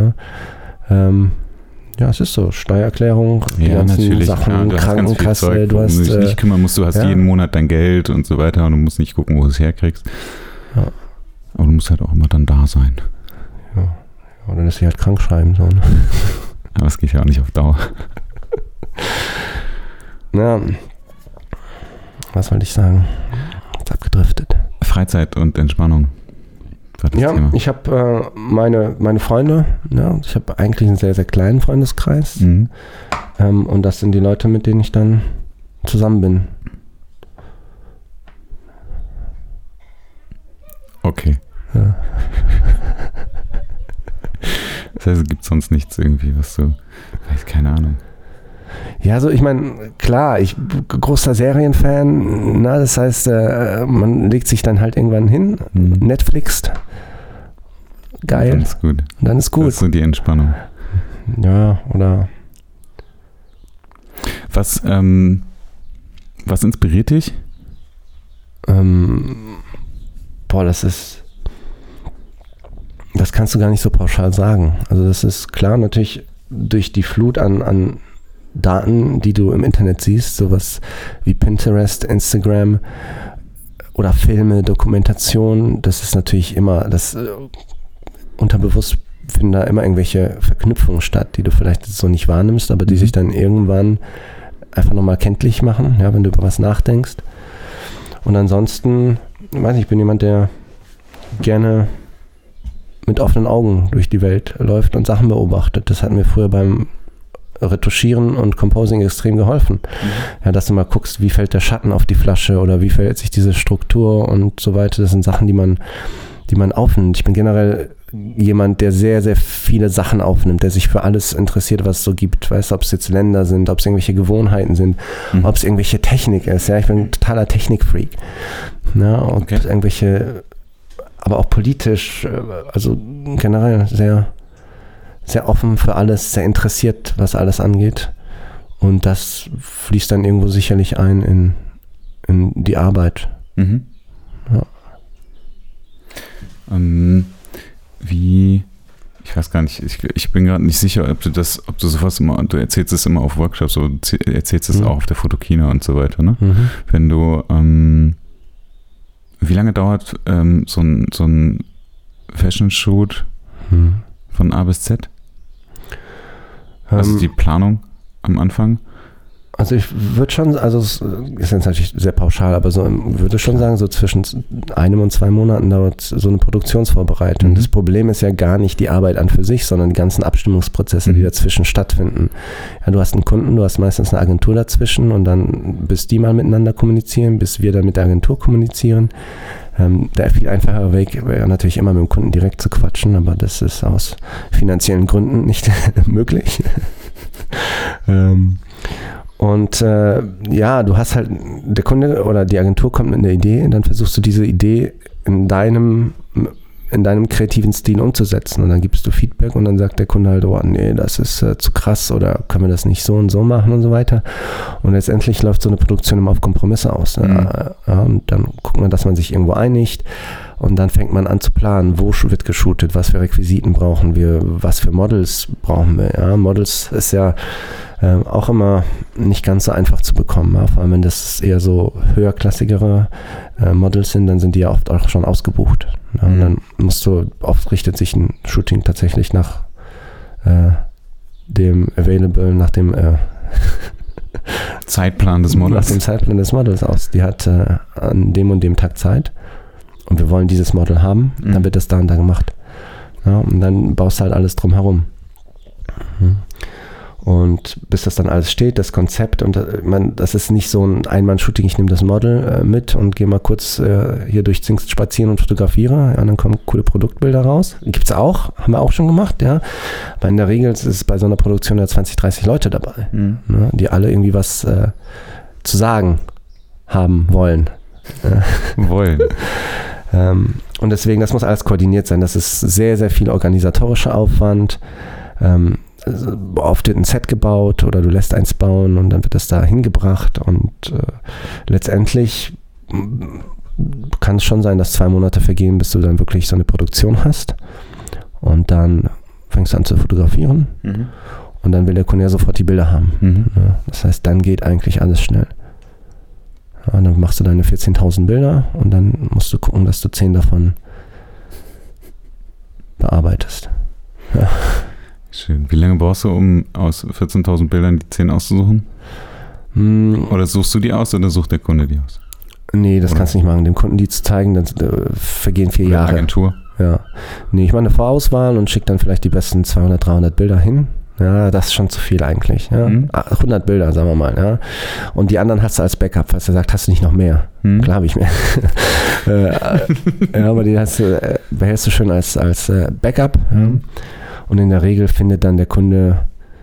Ja, es ist so. Steuererklärung, die ganzen Sachen, du Krankenkasse, Zeug, du hast... Du dich nicht kümmern musst, du hast jeden Monat dein Geld und so weiter und du musst nicht gucken, wo du es herkriegst. Ja. Aber du musst halt auch immer dann da sein. Ja. Oder dass sie halt krank schreiben. So, ne? Aber das geht ja auch nicht auf Dauer. Ja. Was wollte ich sagen? Ist abgedriftet. Freizeit und Entspannung. Ja, Thema. Ich habe meine Freunde, ja, ich habe eigentlich einen sehr, sehr kleinen Freundeskreis. Und das sind die Leute, mit denen ich dann zusammen bin. Okay. Ja. Das heißt, es gibt sonst nichts irgendwie, was du, keine Ahnung. Ja, so ich meine, klar, ich großer Serienfan, das heißt, man legt sich dann halt irgendwann hin, Netflixt, geil. Dann ist gut. Dann ist gut. Das ist so die Entspannung. Ja, oder... Was inspiriert dich? Das kannst du gar nicht so pauschal sagen. Also das ist klar, natürlich durch die Flut an Daten, die du im Internet siehst, sowas wie Pinterest, Instagram oder Filme, Dokumentation, das ist natürlich immer, das unterbewusst finden da immer irgendwelche Verknüpfungen statt, die du vielleicht so nicht wahrnimmst, aber die sich dann irgendwann einfach nochmal kenntlich machen, ja, wenn du über was nachdenkst. Und ansonsten, ich bin jemand, der gerne mit offenen Augen durch die Welt läuft und Sachen beobachtet. Das hat mir früher beim Retuschieren und Composing extrem geholfen. Ja, dass du mal guckst, wie fällt der Schatten auf die Flasche oder wie verhält sich diese Struktur und so weiter. Das sind Sachen, die man aufnimmt. Ich bin generell jemand, der sehr, sehr viele Sachen aufnimmt, der sich für alles interessiert, was es so gibt. Weißt du, ob es jetzt Länder sind, ob es irgendwelche Gewohnheiten sind, ob es irgendwelche Technik ist. Ja, ich bin ein totaler Technikfreak. Ja, und irgendwelche, aber auch politisch, also generell sehr, sehr offen für alles, sehr interessiert, was alles angeht. Und das fließt dann irgendwo sicherlich ein in die Arbeit. Ja. Ich weiß gar nicht, ich bin gerade nicht sicher, ob du sowas immer, du erzählst es immer auf Workshops, oder erzählst es auch auf der Fotokina und so weiter, ne? Wenn du, wie lange dauert so ein Fashion-Shoot von A bis Z? Also die Planung am Anfang? Also ich würde schon, also es ist jetzt natürlich sehr pauschal, aber so würde schon sagen, so zwischen 1 und 2 Monaten dauert so eine Produktionsvorbereitung. Das Problem ist ja gar nicht die Arbeit an für sich, sondern die ganzen Abstimmungsprozesse, die dazwischen stattfinden. Ja, du hast einen Kunden, du hast meistens eine Agentur dazwischen und dann bis die mal miteinander kommunizieren, bis wir dann mit der Agentur kommunizieren. Der viel einfachere Weg wäre natürlich immer mit dem Kunden direkt zu quatschen, aber das ist aus finanziellen Gründen nicht möglich. Und ja, du hast halt, der Kunde oder die Agentur kommt mit einer Idee, dann versuchst du diese Idee in deinem kreativen Stil umzusetzen und dann gibst du Feedback und dann sagt der Kunde halt, oh nee, das ist zu krass oder können wir das nicht so und so machen und so weiter. Und letztendlich läuft so eine Produktion immer auf Kompromisse aus. Ja, und dann guckt man, dass man sich irgendwo einigt und dann fängt man an zu planen, wo wird geshootet, was für Requisiten brauchen wir, was für Models brauchen wir. Ja, Models ist ja auch immer nicht ganz so einfach zu bekommen. Ja? Vor allem, wenn das eher so höherklassigere Models sind, dann sind die ja oft auch schon ausgebucht. Ja? Und dann oft richtet sich ein Shooting tatsächlich nach dem Available, nach dem Zeitplan des Models. Nach dem Zeitplan des Models aus. Die hat an dem und dem Tag Zeit und wir wollen dieses Model haben, dann wird das da und da gemacht. Ja, und dann baust du halt alles drum herum. Und bis das dann alles steht, das Konzept, und das ist nicht so ein Ein-Mann-Shooting, ich nehme das Model mit und gehe mal kurz hier durch Zingst spazieren und fotografiere, ja, dann kommen coole Produktbilder raus. Gibt's auch, haben wir auch schon gemacht, ja. Aber in der Regel ist es bei so einer Produktion ja 20, 30 Leute dabei, ne, die alle irgendwie was zu sagen haben wollen. Und deswegen, das muss alles koordiniert sein. Das ist sehr, sehr viel organisatorischer Aufwand. Oft wird ein Set gebaut oder du lässt eins bauen und dann wird das da hingebracht und letztendlich kann es schon sein, dass 2 Monate vergehen, bis du dann wirklich so eine Produktion hast und dann fängst du an zu fotografieren und dann will der Kunde ja sofort die Bilder haben. Ja, das heißt, dann geht eigentlich alles schnell. Ja, dann machst du deine 14.000 Bilder und dann musst du gucken, dass du 10 davon bearbeitest. Ja. Schön. Wie lange brauchst du, um aus 14.000 Bildern die 10 auszusuchen? Oder suchst du die aus oder sucht der Kunde die aus? Nee, das kannst du nicht machen. Dem Kunden die zu zeigen, dann vergehen 4 Jahre. Agentur? Ja. Nee, ich mache eine Vorauswahl und schicke dann vielleicht die besten 200, 300 Bilder hin. Ja, das ist schon zu viel eigentlich. Ja. 100 Bilder, sagen wir mal. Ja. Und die anderen hast du als Backup, falls er sagt, hast du nicht noch mehr? Klar habe ich mehr. Ja, aber die behältst du schön als Backup. Ja. Und in der Regel findet dann der Kunde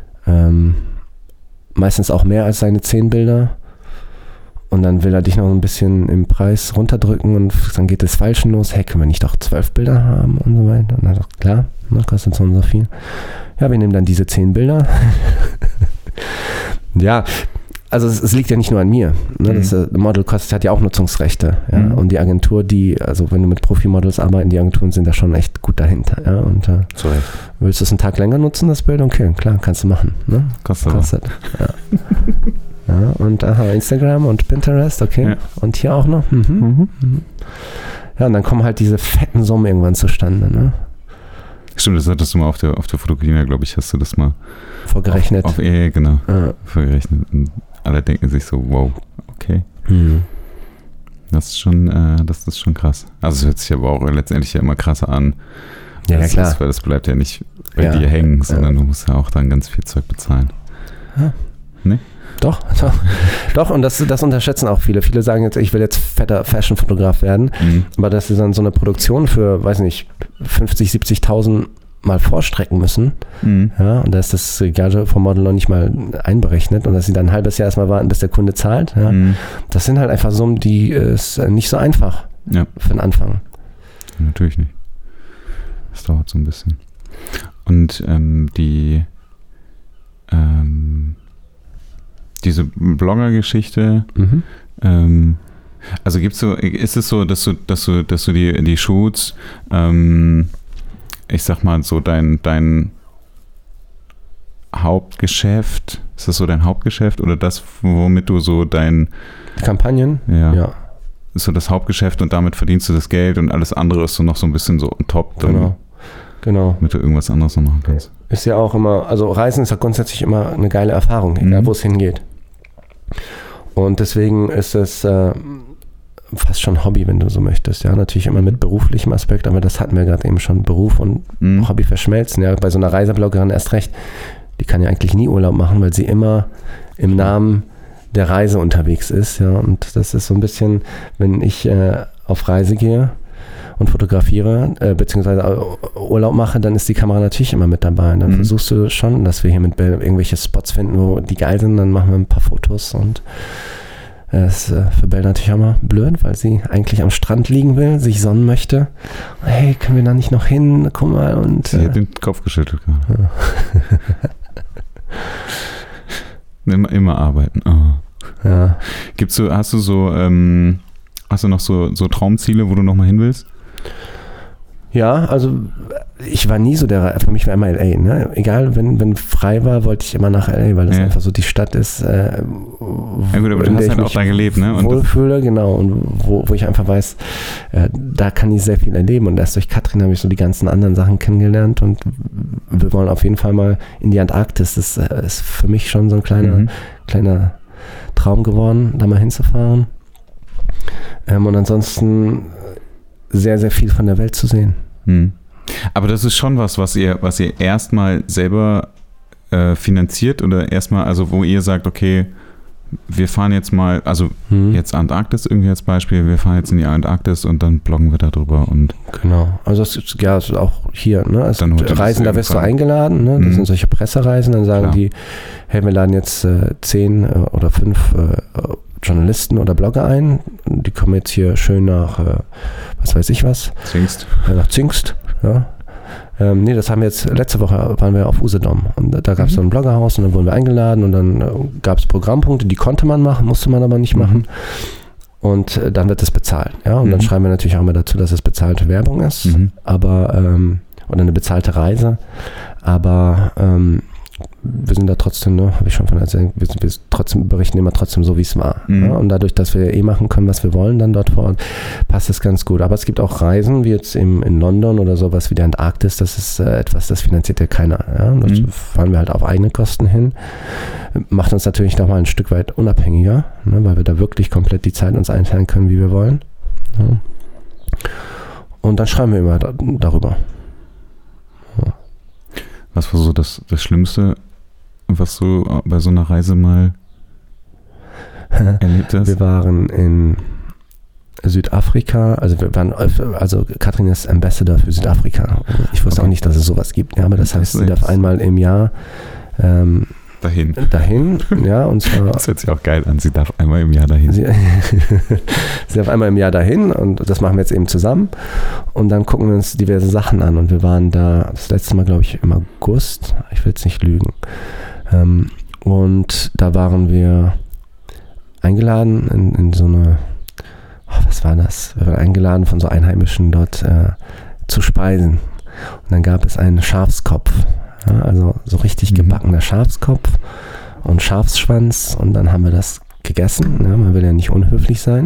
meistens auch mehr als seine 10 Bilder. Und dann will er dich noch ein bisschen im Preis runterdrücken und dann geht das Falschen los. Hey, können wir nicht doch 12 Bilder haben und so weiter? Und dann sagt, klar, das kostet so und so viel. Ja, wir nehmen dann diese 10 Bilder. Ja, also es liegt ja nicht nur an mir. Ne? Das Model hat ja auch Nutzungsrechte. Ja? Und die Agentur, also wenn du mit Profi-Models arbeiten, die Agenturen sind da schon echt gut dahinter. Ja? Und willst du es einen Tag länger nutzen, das Bild? Okay, klar, kannst du machen. Ne? Kostet. Ja. Ja, und Instagram und Pinterest, okay. Ja. Und hier auch noch. Ja, und dann kommen halt diese fetten Summen irgendwann zustande. Ne? Stimmt, das hattest du mal auf der Fotografie, glaube ich, hast du das mal vorgerechnet. Genau. Ja. Vorgerechnet. Und alle denken sich so, wow, okay. Das ist schon krass. Also es hört sich aber auch letztendlich ja immer krasser an. Ja, klar. Weil das bleibt ja nicht bei dir hängen, sondern du musst ja auch dann ganz viel Zeug bezahlen. Ja. Ne? Doch, und das unterschätzen auch viele. Viele sagen jetzt, ich will jetzt fetter Fashion-Fotograf werden, aber dass sie dann so eine Produktion für, weiß nicht, 50, 70.000 mal vorstrecken müssen, ja, und da ist das Gage vom Model noch nicht mal einberechnet und dass sie dann ein halbes Jahr erstmal warten, bis der Kunde zahlt, ja, das sind halt einfach Summen, die ist nicht so einfach für den Anfang. Natürlich nicht. Das dauert so ein bisschen. Und diese Blogger-Geschichte, also ist es so, dass du die Shoots, ich sag mal so dein Hauptgeschäft, ist das so dein Hauptgeschäft oder das, womit du so Kampagnen? Ja. Ist so das Hauptgeschäft und damit verdienst du das Geld und alles andere ist so noch so ein bisschen so on top. Genau. Damit du irgendwas anderes noch machen kannst. Ist ja auch immer, also Reisen ist ja grundsätzlich immer eine geile Erfahrung, egal wo es hingeht. Und deswegen ist es fast schon Hobby, wenn du so möchtest. Ja, natürlich immer mit beruflichem Aspekt, aber das hatten wir gerade eben schon. Beruf und Hobby verschmelzen. Ja, bei so einer Reisebloggerin erst recht. Die kann ja eigentlich nie Urlaub machen, weil sie immer im Namen der Reise unterwegs ist. Ja, und das ist so ein bisschen, wenn ich auf Reise gehe und fotografiere, beziehungsweise Urlaub mache, dann ist die Kamera natürlich immer mit dabei. Dann versuchst du schon, dass wir hier mit irgendwelche Spots finden, wo die geil sind, dann machen wir ein paar Fotos und es ist für Belle natürlich auch mal blöd, weil sie eigentlich am Strand liegen will, sich sonnen möchte. Hey, können wir da nicht noch hin? Guck mal. Und sie hat den Kopf geschüttelt gerade. Ja. Immer arbeiten. Oh. Ja. Hast du noch so Traumziele, wo du noch mal hin willst? Ja, also ich war nie so für mich war immer L.A., ne? Egal, wenn frei war, wollte ich immer nach L.A., weil das einfach so die Stadt ist, ja gut, aber du hast halt auch da gelebt, ne? Und wohlfühle, genau, und wo ich einfach weiß, da kann ich sehr viel erleben und erst durch Katrin habe ich so die ganzen anderen Sachen kennengelernt und wir wollen auf jeden Fall mal in die Antarktis, das ist für mich schon so ein kleiner Traum geworden, da mal hinzufahren. Und ansonsten sehr, sehr viel von der Welt zu sehen. Aber das ist schon was ihr erstmal selber finanziert oder erstmal, also wo ihr sagt, okay, wir fahren jetzt mal, also jetzt Antarktis irgendwie als Beispiel, wir fahren jetzt in die Antarktis und dann bloggen wir darüber und... Genau, also es ist auch hier, ne? Es gibt Reisen, da wirst du eingeladen, ne? Das sind solche Pressereisen, dann sagen die, hey, wir laden jetzt 10 oder 5 Journalisten oder Blogger ein, die kommen jetzt hier schön nach, was weiß ich was. Zingst. Nach Zingst, ja. Nee, das haben wir jetzt, letzte Woche waren wir auf Usedom und da gab es so ein Bloggerhaus und dann wurden wir eingeladen und dann gab es Programmpunkte, die konnte man machen, musste man aber nicht machen und dann wird das bezahlt, ja, und dann schreiben wir natürlich auch immer dazu, dass es bezahlte Werbung ist, aber, oder eine bezahlte Reise, aber wir sind da trotzdem, ne, habe ich schon von erzählt, wir berichten immer trotzdem so, wie es war. Ja? Und dadurch, dass wir machen können, was wir wollen, dann dort vor Ort, passt es ganz gut. Aber es gibt auch Reisen, wie jetzt in London oder sowas wie der Antarktis, das ist etwas, das finanziert ja keiner. Ja? Da fahren wir halt auf eigene Kosten hin. Macht uns natürlich nochmal ein Stück weit unabhängiger, ne, weil wir da wirklich komplett die Zeit uns einteilen können, wie wir wollen. Ja? Und dann schreiben wir immer darüber. Ja. Was war so das Schlimmste, was du bei so einer Reise mal erlebt hast? Wir waren in Südafrika, also Katrin ist Ambassador für Südafrika. Ich wusste auch nicht, dass es sowas gibt, ja, aber das heißt, sie darf einmal im Jahr dahin, ja, und zwar... Das hört sich auch geil an, sie darf einmal im Jahr dahin. Sie darf einmal im Jahr dahin und das machen wir jetzt eben zusammen und dann gucken wir uns diverse Sachen an und wir waren da das letzte Mal, glaube ich, im August, ich will jetzt nicht lügen, und da waren wir eingeladen in so eine, was war das? Wir waren eingeladen von so Einheimischen dort zu speisen und dann gab es einen Schafskopf. Ja, also so richtig gebackener Schafskopf und Schafsschwanz und dann haben wir das gegessen. Ja, man will ja nicht unhöflich sein.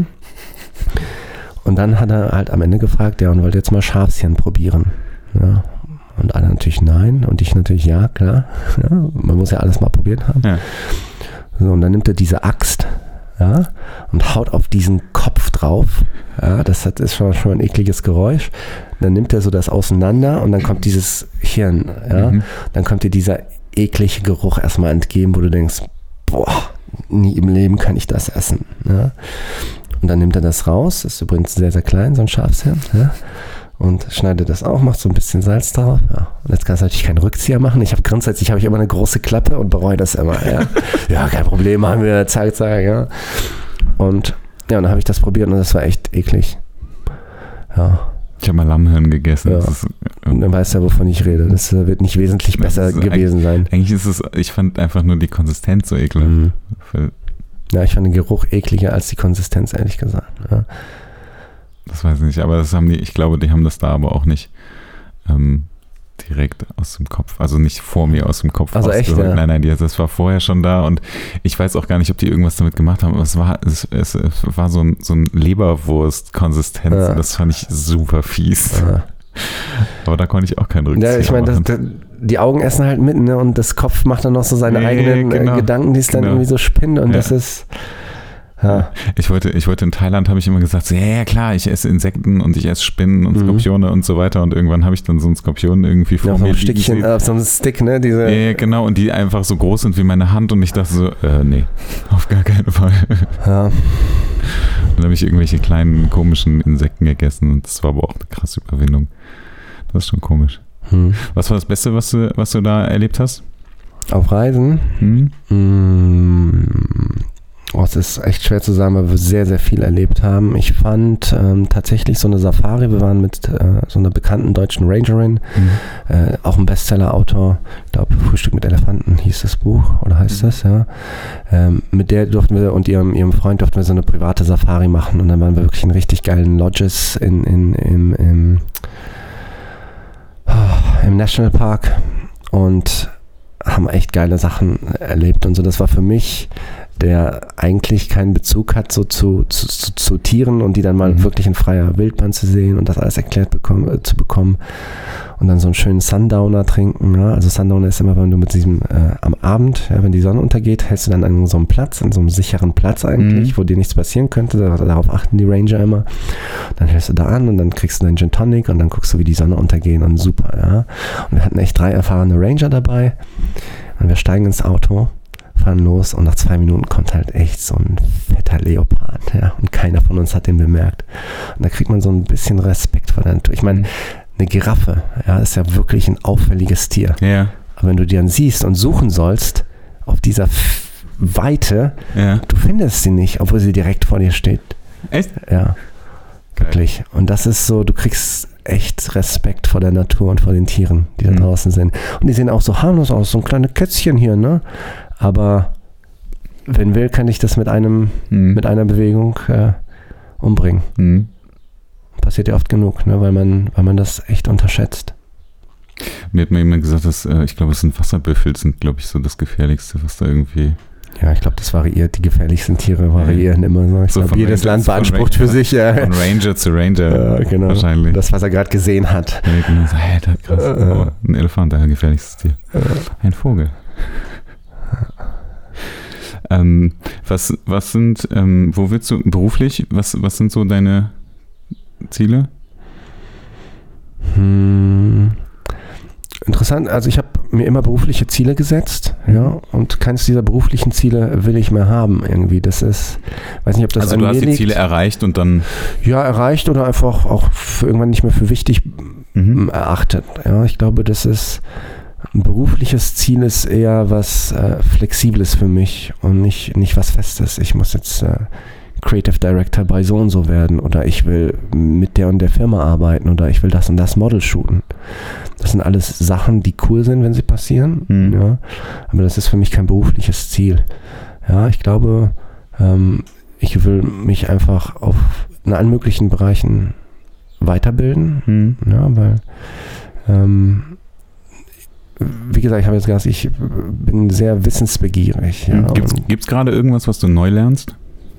Und dann hat er halt am Ende gefragt, ja, und wollte jetzt mal Schafshirn probieren. Ja, und alle natürlich nein und ich natürlich ja, klar. Ja, man muss ja alles mal probiert haben. Ja. So, und dann nimmt er diese Axt, ja, und haut auf diesen Kopf drauf. Ja, das ist schon ein ekliges Geräusch. Dann nimmt er so das auseinander und dann kommt dieses Hirn. Ja, dann kommt dir dieser eklige Geruch erstmal entgegen, wo du denkst, boah, nie im Leben kann ich das essen. Ja. Und dann nimmt er das raus, ist übrigens sehr, sehr klein, so ein Schafshirn. Ja. Und schneidet das auch, macht so ein bisschen Salz drauf. Ja. Und jetzt kannst du natürlich keinen Rückzieher machen. Grundsätzlich habe ich immer eine große Klappe und bereue das immer. Ja, ja, kein Problem, machen wir, zack, ja. Und ja, und dann habe ich das probiert und das war echt eklig. Ja. Ich habe mal Lammhirn gegessen. Ja. Und dann weißt du ja, wovon ich rede. Das wird nicht wesentlich besser gewesen sein. Eigentlich ist es, ich fand einfach nur die Konsistenz so eklig. Ja, ich fand den Geruch ekliger als die Konsistenz, ehrlich gesagt. Ja. Das weiß ich nicht, aber das haben ich glaube, die haben das da aber auch nicht direkt aus dem Kopf, also nicht vor mir aus dem Kopf. Also echt, ja? Nein, das war vorher schon da und ich weiß auch gar nicht, ob die irgendwas damit gemacht haben, aber es war so ein Leberwurst-Konsistenz und das fand ich super fies. Ja. Aber da konnte ich auch keinen Rückzieher machen. Ja, ich meine, die Augen essen halt mit, ne, und das Kopf macht dann noch so seine eigenen Gedanken, die es dann irgendwie so spinnt und das ist... Ja. Ich wollte in Thailand, habe ich immer gesagt, so, ja klar, ich esse Insekten und ich esse Spinnen und Skorpione und so weiter und irgendwann habe ich dann so einen Skorpion irgendwie vor mir. So ein Stückchen, so ein Stick, ne? Ja, genau, und die einfach so groß sind wie meine Hand und ich dachte so, nee, auf gar keinen Fall. Ja. Dann habe ich irgendwelche kleinen komischen Insekten gegessen und das war aber auch eine krasse Überwindung. Das ist schon komisch. Was war das Beste, was du da erlebt hast? Auf Reisen? Oh, es ist echt schwer zu sagen, weil wir sehr, sehr viel erlebt haben. Ich fand tatsächlich so eine Safari, wir waren mit so einer bekannten deutschen Rangerin, auch ein Bestseller-Autor, ich glaube Frühstück mit Elefanten hieß das Buch, oder heißt das, ja. Mit der durften wir und ihrem Freund durften wir so eine private Safari machen und dann waren wir wirklich in richtig geilen Lodges im Nationalpark und haben echt geile Sachen erlebt und so. Das war für mich der eigentlich keinen Bezug hat so zu Tieren und die dann mal wirklich in freier Wildbahn zu sehen und das alles erklärt zu bekommen und dann so einen schönen Sundowner trinken. Ja? Also Sundowner ist immer, wenn du mit diesem am Abend, ja, wenn die Sonne untergeht, hältst du dann an so einem Platz, an so einem sicheren Platz eigentlich, wo dir nichts passieren könnte. Darauf achten die Ranger immer. Dann hältst du da an und dann kriegst du deinen Gin Tonic und dann guckst du, wie die Sonne untergehen und super. Ja? Und wir hatten echt 3 erfahrene Ranger dabei und wir steigen ins Auto, fahren los und nach 2 Minuten kommt halt echt so ein fetter Leopard, ja, und keiner von uns hat den bemerkt. Und da kriegt man so ein bisschen Respekt vor der Natur. Ich meine, eine Giraffe, ja, ist ja wirklich ein auffälliges Tier. Ja. Aber wenn du die dann siehst und suchen sollst, auf dieser Weite, du findest sie nicht, obwohl sie direkt vor dir steht. Echt? Ja, wirklich. Und das ist so, du kriegst echt Respekt vor der Natur und vor den Tieren, die da draußen sind. Und die sehen auch so harmlos aus, so ein kleines Kätzchen hier, ne? Aber wenn will, kann ich das mit einer Bewegung umbringen. Passiert ja oft genug, ne? weil man das echt unterschätzt. Mir hat mal jemand gesagt, dass ich glaube, es sind Wasserbüffel, sind, glaube ich, so das Gefährlichste, was da irgendwie... Ja, ich glaube, das variiert. Die gefährlichsten Tiere variieren immer so. Ich so glaube, jedes Land beansprucht für sich. Von Ranger zu Ranger. Ja, genau. Wahrscheinlich. Das, was er gerade gesehen hat. Ja, genau. Alter, krass. Ein Elefant, ein gefährlichstes Tier. Ein Vogel. Was sind, wo willst du beruflich, was sind so deine Ziele? Interessant, also ich habe mir immer berufliche Ziele gesetzt, ja, und keines dieser beruflichen Ziele will ich mehr haben irgendwie. Das ist, weiß nicht, ob das also an du mir hast die liegt. Ziele erreicht und dann... Ja, erreicht oder einfach auch irgendwann nicht mehr für wichtig erachtet. Ja, ich glaube, das ist ein berufliches Ziel ist eher was Flexibles für mich und nicht was Festes. Ich muss jetzt Creative Director bei so und so werden oder ich will mit der und der Firma arbeiten oder ich will das und das Model shooten. Das sind alles Sachen, die cool sind, wenn sie passieren. Ja, aber das ist für mich kein berufliches Ziel. Ja, ich glaube, ich will mich einfach in allen möglichen Bereichen weiterbilden. Ja, weil wie gesagt, ich habe jetzt gesagt, ich bin sehr wissensbegierig. Ja, Gibt's gerade irgendwas, was du neu lernst?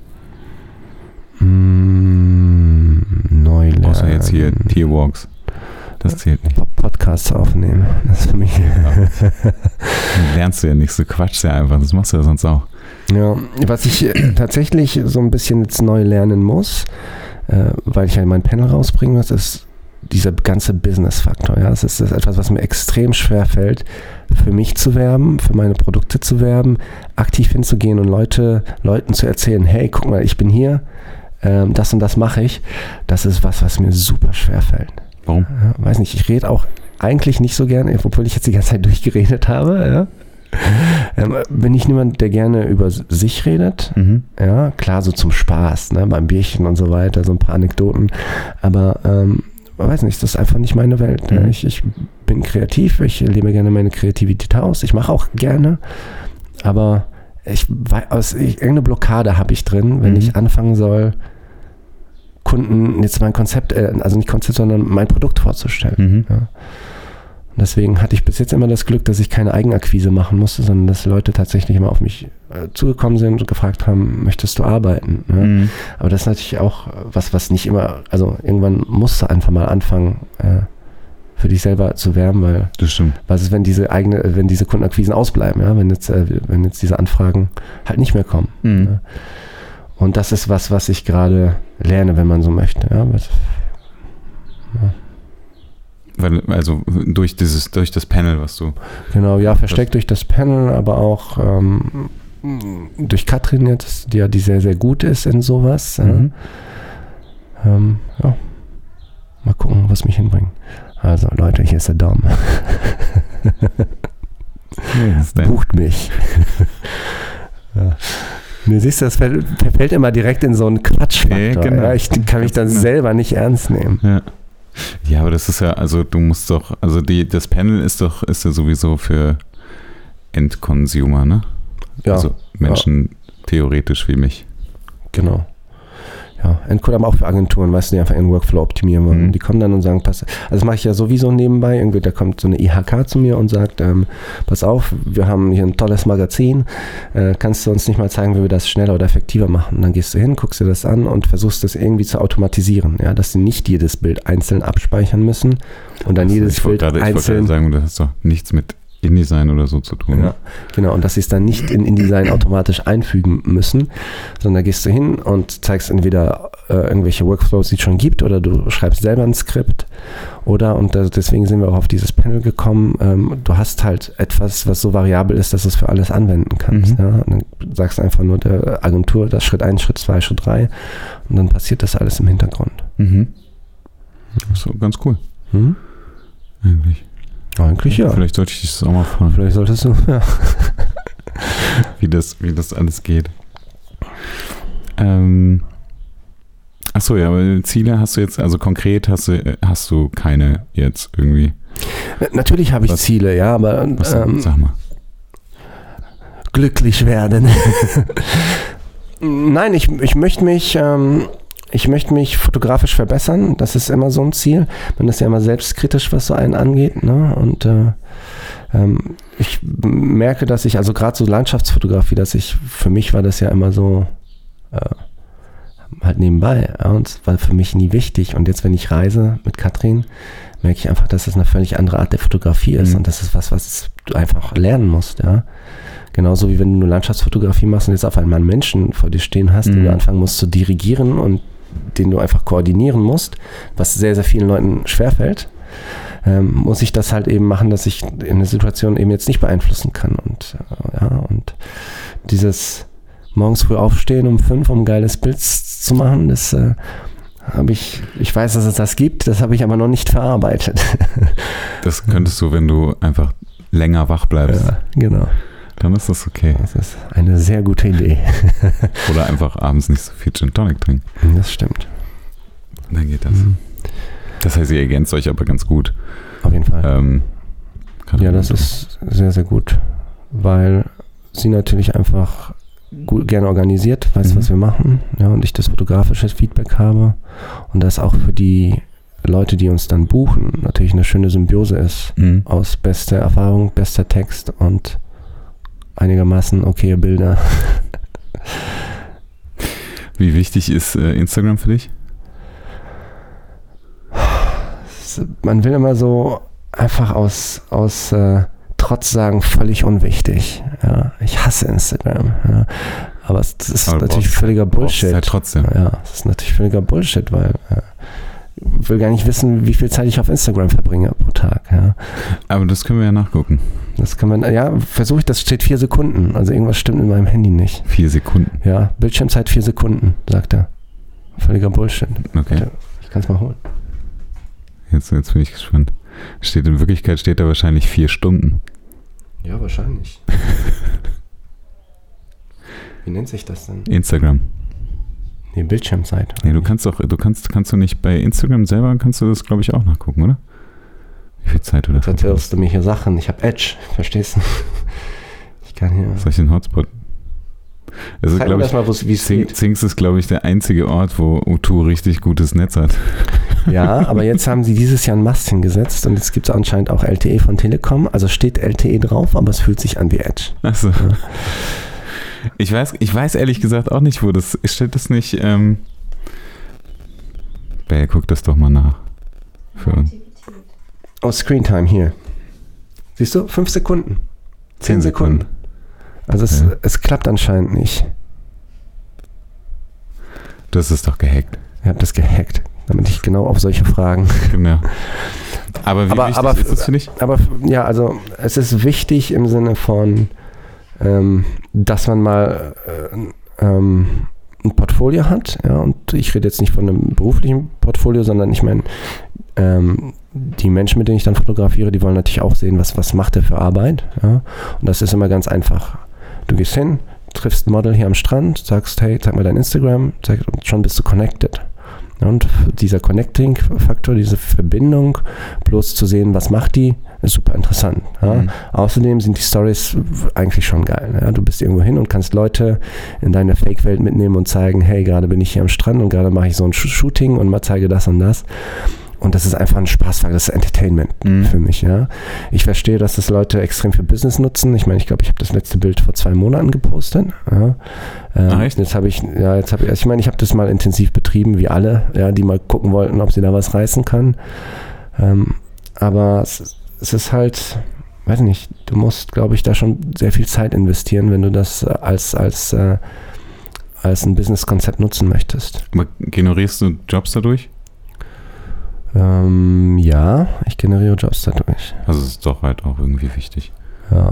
Neu lernen. Außer jetzt hier Tierwalks. Das zählt nicht. Podcasts aufnehmen. Das ist für mich. Lernst du ja nicht, so quatschst ja einfach. Das machst du ja sonst auch. Ja, was ich tatsächlich so ein bisschen jetzt neu lernen muss, weil ich ja mein Panel rausbringen muss, ist dieser ganze Business-Faktor. Ja, es ist etwas, was mir extrem schwer fällt, für mich zu werben, für meine Produkte zu werben, aktiv hinzugehen und Leuten zu erzählen, hey, guck mal, ich bin hier, das und das mache ich. Das ist was mir super schwer fällt. Warum? Ja, weiß nicht, ich rede auch eigentlich nicht so gerne, obwohl ich jetzt die ganze Zeit durchgeredet habe. Ja. Bin ich niemand, der gerne über sich redet. Ja, klar, so zum Spaß, ne, beim Bierchen und so weiter, so ein paar Anekdoten. Aber weiß nicht, das ist einfach nicht meine Welt. Ich bin kreativ, ich lebe gerne meine Kreativität aus. Ich mache auch gerne, aber irgendeine Blockade habe ich drin, wenn ich anfangen soll, Kunden jetzt mein Konzept, also nicht Konzept, sondern mein Produkt vorzustellen. Ja. Und deswegen hatte ich bis jetzt immer das Glück, dass ich keine Eigenakquise machen musste, sondern dass Leute tatsächlich immer auf mich zugekommen sind und gefragt haben, möchtest du arbeiten? Ja. Aber das ist natürlich auch was nicht immer, also irgendwann musst du einfach mal anfangen, für dich selber zu werben, weil das stimmt. Was ist, wenn diese Kundenakquisen ausbleiben, ja? wenn jetzt diese Anfragen halt nicht mehr kommen. Ja? Und das ist was ich gerade lerne, wenn man so möchte. Ja? Weil, also durch das Panel, was du... Genau, ja, versteckt durch das Panel, aber auch durch Katrin jetzt, die sehr, sehr gut ist in sowas. Ja. Mal gucken, was mich hinbringt. Also Leute, hier ist der Dom. Bucht mich. Ja. Du siehst, das verfällt immer direkt in so einen Quatschfaktor. Genau. Ja, ich kann mich dann selber nicht ernst nehmen. Ja, aber das ist ja, also du musst doch, also das Panel ist ja sowieso für Endconsumer, ne? Ja. Also Menschen theoretisch wie mich. Genau. Encode aber auch für Agenturen, weißt du, die einfach ihren Workflow optimieren wollen. Die kommen dann und sagen, pass, also das mache ich ja sowieso nebenbei, irgendwie, da kommt so eine IHK zu mir und sagt, pass auf, wir haben hier ein tolles Magazin, kannst du uns nicht mal zeigen, wie wir das schneller oder effektiver machen? Und dann gehst du hin, guckst dir das an und versuchst das irgendwie zu automatisieren, ja, dass sie nicht jedes Bild einzeln abspeichern müssen und dann jedes Bild einzeln... Ich wollte gerade sagen, das hat doch nichts mit InDesign oder so zu tun. Ja, genau. Und dass sie es dann nicht in InDesign automatisch einfügen müssen, sondern da gehst du hin und zeigst entweder irgendwelche Workflows, die es schon gibt, oder du schreibst selber ein Skript, oder, und deswegen sind wir auch auf dieses Panel gekommen, du hast halt etwas, was so variabel ist, dass du es für alles anwenden kannst. Ja? Und dann sagst du einfach nur der Agentur, das Schritt 1, Schritt 2, Schritt 3, und dann passiert das alles im Hintergrund. So, ganz cool. Eigentlich ja. Vielleicht sollte ich das auch mal fragen. Vielleicht solltest du, ja. wie das alles geht. Achso, ja, aber Ziele hast du jetzt, also konkret hast du keine jetzt irgendwie? Natürlich habe ich Ziele, ja, aber sag mal. Glücklich werden. Nein, ich möchte mich fotografisch verbessern. Das ist immer so ein Ziel. Man ist ja immer selbstkritisch, was so einen angeht. Ne? Und ich merke, dass ich, also gerade so Landschaftsfotografie, für mich war das ja immer so halt nebenbei. Ja? Und es war für mich nie wichtig. Und jetzt, wenn ich reise mit Katrin, merke ich einfach, dass das eine völlig andere Art der Fotografie ist. Und das ist was du einfach lernen musst. Ja? Genauso wie wenn du nur Landschaftsfotografie machst und jetzt auf einmal einen Menschen vor dir stehen hast, den du anfangen musst zu dirigieren und den du einfach koordinieren musst, was sehr, sehr vielen Leuten schwerfällt, muss ich das halt eben machen, dass ich in der Situation eben jetzt nicht beeinflussen kann. Und dieses morgens früh aufstehen um 5, um ein geiles Bild zu machen, das ich weiß, dass es das gibt, das habe ich aber noch nicht verarbeitet. Das könntest du, wenn du einfach länger wach bleibst. Ja, genau. Dann ist das okay. Das ist eine sehr gute Idee. Oder einfach abends nicht so viel Gin Tonic trinken. Das stimmt. Dann geht das. Das heißt, ihr ergänzt euch aber ganz gut. Auf jeden Fall. Ja, das ist sehr, sehr gut, weil sie natürlich einfach gerne organisiert, weiß, was wir machen, ja, und ich das fotografische Feedback habe und das auch für die Leute, die uns dann buchen, natürlich eine schöne Symbiose ist aus bester Erfahrung, bester Text und einigermaßen okaye Bilder. Wie wichtig ist Instagram für dich? Man will immer so einfach aus Trotz sagen, völlig unwichtig. Ja, ich hasse Instagram. Ja. Aber es ist natürlich völliger Bullshit. Halt trotzdem. Ja, es ist natürlich völliger Bullshit, weil ich will gar nicht wissen, wie viel Zeit ich auf Instagram verbringe pro Tag. Ja. Aber das können wir ja nachgucken. Das kann man, ja, versuche ich, das steht 4 Sekunden. Also irgendwas stimmt mit meinem Handy nicht. 4 Sekunden? Ja, Bildschirmzeit 4 Sekunden, sagt er. Völliger Bullshit. Okay. Ich kann es mal holen. Jetzt bin ich gespannt. In Wirklichkeit steht da wahrscheinlich 4 Stunden. Ja, wahrscheinlich. Wie nennt sich das denn? Instagram. Nee, Bildschirmzeit. Nee, kannst du nicht bei Instagram selber, kannst du das, glaube ich, auch nachgucken, oder? Wie viel Zeit du da hast. Jetzt erzählst du mir hier Sachen. Ich habe Edge, verstehst du? Ich kann hier... Soll ich den Hotspot? Also, glaube ich, Zings ist, glaube ich, der einzige Ort, wo O2 richtig gutes Netz hat. Ja, aber jetzt haben sie dieses Jahr einen Mast hingesetzt und jetzt gibt es anscheinend auch LTE von Telekom. Also steht LTE drauf, aber es fühlt sich an wie Edge. Achso. Ja. Ich weiß ehrlich gesagt auch nicht, wo das... Steht das nicht... guck das doch mal nach. Für uns. Oh, Screentime hier. Siehst du? 5 Sekunden. 10 Sekunden. Also es klappt anscheinend nicht. Das ist doch gehackt. Ihr habt das gehackt, damit ich genau auf solche Fragen... Genau. Aber wie wichtig ist das für dich? Aber ja, also es ist wichtig im Sinne von, dass man mal ein Portfolio hat. Ja, und ich rede jetzt nicht von einem beruflichen Portfolio, sondern ich meine, die Menschen, mit denen ich dann fotografiere, die wollen natürlich auch sehen, was macht der für Arbeit. Ja? Und das ist immer ganz einfach. Du gehst hin, triffst ein Model hier am Strand, sagst, hey, zeig mal dein Instagram, und schon bist du connected. Und dieser Connecting-Faktor, diese Verbindung, bloß zu sehen, was macht die, ist super interessant. Ja? Außerdem sind die Stories eigentlich schon geil. Ja? Du bist irgendwo hin und kannst Leute in deine Fake-Welt mitnehmen und zeigen, hey, gerade bin ich hier am Strand und gerade mache ich so ein Shooting und mal zeige das und das. Und das ist einfach ein Spaßfaktor, das ist Entertainment für mich, ja. Ich verstehe, dass das Leute extrem für Business nutzen. Ich meine, ich glaube, ich habe das letzte Bild vor 2 Monaten gepostet. Ja. Jetzt habe ich das mal intensiv betrieben, wie alle, ja, die mal gucken wollten, ob sie da was reißen können. Aber es ist halt, weiß nicht, du musst, glaube ich, da schon sehr viel Zeit investieren, wenn du das als ein Business-Konzept nutzen möchtest. Aber generierst du Jobs dadurch? Ja, ich generiere Jobs dadurch. Also es ist doch halt auch irgendwie wichtig. Ja.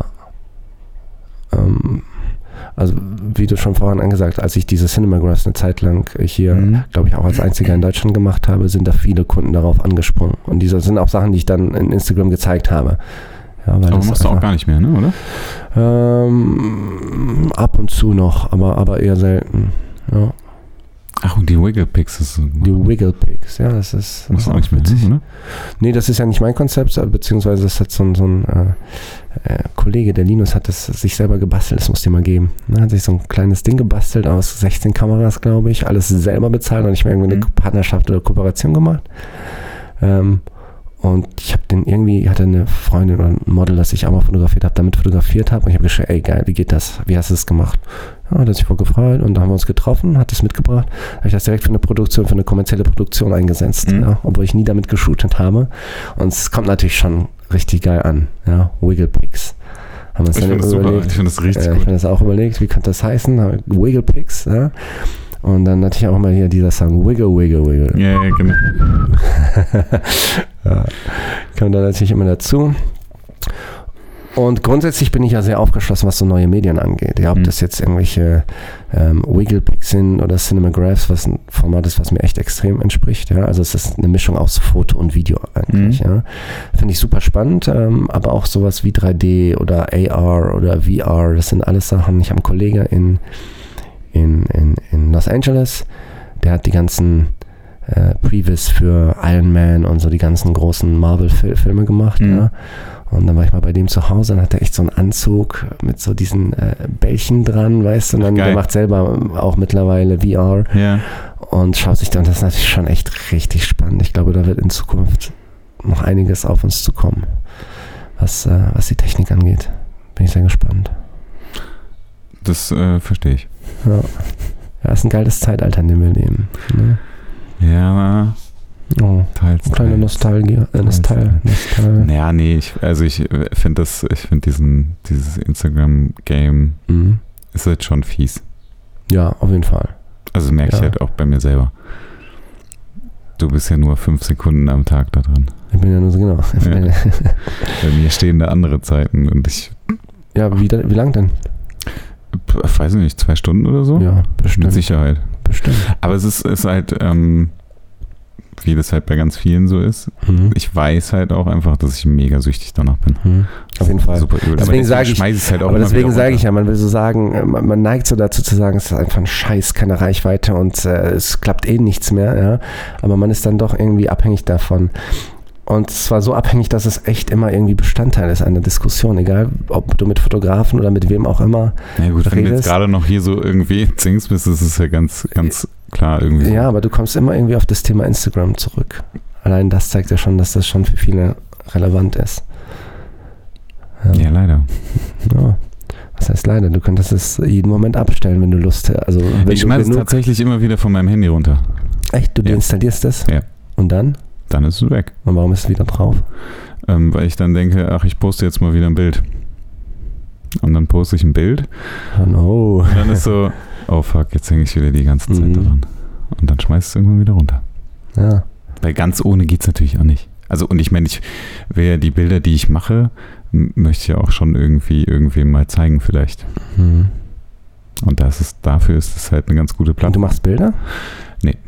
Also wie du schon vorhin angesagt, als ich diese Cinemagraphs eine Zeit lang hier, glaube ich, auch als einziger in Deutschland gemacht habe, sind da viele Kunden darauf angesprungen. Und diese sind auch Sachen, die ich dann in Instagram gezeigt habe. Ja, weil aber machst du auch gar nicht mehr, ne, oder? Ab und zu noch, aber eher selten. Ja. Ach, und die Wiggle-Pics ist so. Die Wiggle-Pics, ja, das ist auch nicht witzig, oder? Nee, das ist ja nicht mein Konzept, beziehungsweise das hat so ein Kollege, der Linus, hat das sich selber gebastelt, das muss dir mal geben. Er hat sich so ein kleines Ding gebastelt aus 16 Kameras, glaube ich, alles selber bezahlt und nicht mehr irgendwie eine Partnerschaft oder Kooperation gemacht. Und ich habe den irgendwie, hatte eine Freundin oder ein Model, das ich auch mal fotografiert habe, damit fotografiert habe. Und ich habe geschrieben, ey geil, wie geht das? Wie hast du das gemacht? Ja, hat er sich voll gefreut und da haben wir uns getroffen, hat es mitgebracht. Habe ich das direkt für eine kommerzielle Produktion eingesetzt, ja, obwohl ich nie damit geshootet habe. Und es kommt natürlich schon richtig geil an, ja, Wiggle-Pics. Haben uns ich finde das super, ich finde das richtig gut. Ich habe das auch überlegt, wie könnte das heißen? Wiggle-Pics, ja. Und dann hatte ich auch mal hier dieser Song Wiggle, Wiggle, Wiggle. Ja, genau. Ja, kam da natürlich immer dazu. Und grundsätzlich bin ich ja sehr aufgeschlossen, was so neue Medien angeht. Ja, ob das jetzt irgendwelche Wiggle-Pics sind oder Cinemagraphs, was ein Format ist, was mir echt extrem entspricht. Ja, also es ist eine Mischung aus Foto und Video eigentlich. Ja, finde ich super spannend. Aber auch sowas wie 3D oder AR oder VR, das sind alles Sachen. Ich habe einen Kollegen in Los Angeles, der hat die ganzen Previews für Iron Man und so die ganzen großen Marvel-Filme gemacht. Ja. Und dann war ich mal bei dem zu Hause, dann hat er echt so einen Anzug mit so diesen Bällchen dran, weißt du, und dann der macht selber auch mittlerweile VR und schaut sich dann, das ist natürlich schon echt richtig spannend. Ich glaube, da wird in Zukunft noch einiges auf uns zukommen, was die Technik angeht. Bin ich sehr gespannt. Das verstehe ich. Ja, ist ein geiles Zeitalter, in dem wir leben. Ne? Ja, teils. Kleine Nostalgie. Naja, nee, ich finde dieses Instagram-Game ist halt schon fies. Ja, auf jeden Fall. Also merke ich halt auch bei mir selber. Du bist ja nur 5 Sekunden am Tag da drin. Ich bin ja nur so, genau. Ja. Bei mir stehen da andere Zeiten und ich... Ja, wie lang denn? Ich weiß nicht, 2 Stunden oder so? Ja, bestimmt. Mit Sicherheit. Bestimmt. Aber es ist halt, wie das halt bei ganz vielen so ist. Ich weiß halt auch einfach, dass ich mega süchtig danach bin. Auf jeden Fall. Super übel. Deswegen sage ich, halt auch deswegen sage ich ja, man will so sagen, man neigt so dazu zu sagen, es ist einfach ein Scheiß, keine Reichweite und es klappt eh nichts mehr. Ja? Aber man ist dann doch irgendwie abhängig davon. Und zwar so abhängig, dass es echt immer irgendwie Bestandteil ist einer Diskussion, egal ob du mit Fotografen oder mit wem auch immer ja gut, wenn du jetzt gerade noch hier so irgendwie Zings bist, ist es ja ganz klar irgendwie. Ja, aber du kommst immer irgendwie auf das Thema Instagram zurück. Allein das zeigt ja schon, dass das schon für viele relevant ist. Ja, leider. Ja. Was heißt leider? Du könntest es jeden Moment abstellen, wenn du Lust hast. Also, ich schmeiße es tatsächlich immer wieder von meinem Handy runter. Echt? Du deinstallierst das? Ja. Und dann? Dann ist es weg. Und warum ist es wieder drauf? Weil ich dann denke, ach, ich poste jetzt mal wieder ein Bild. Und dann poste ich ein Bild. Oh no. Und dann ist so, oh fuck, jetzt hänge ich wieder die ganze Zeit dran. Und dann schmeißt es irgendwann wieder runter. Ja. Weil ganz ohne geht es natürlich auch nicht. Also, und ich meine, die Bilder, die ich mache, möchte ich ja auch schon irgendwem mal zeigen vielleicht. Und dafür ist es halt eine ganz gute Plattform. Und du machst Bilder? Nee.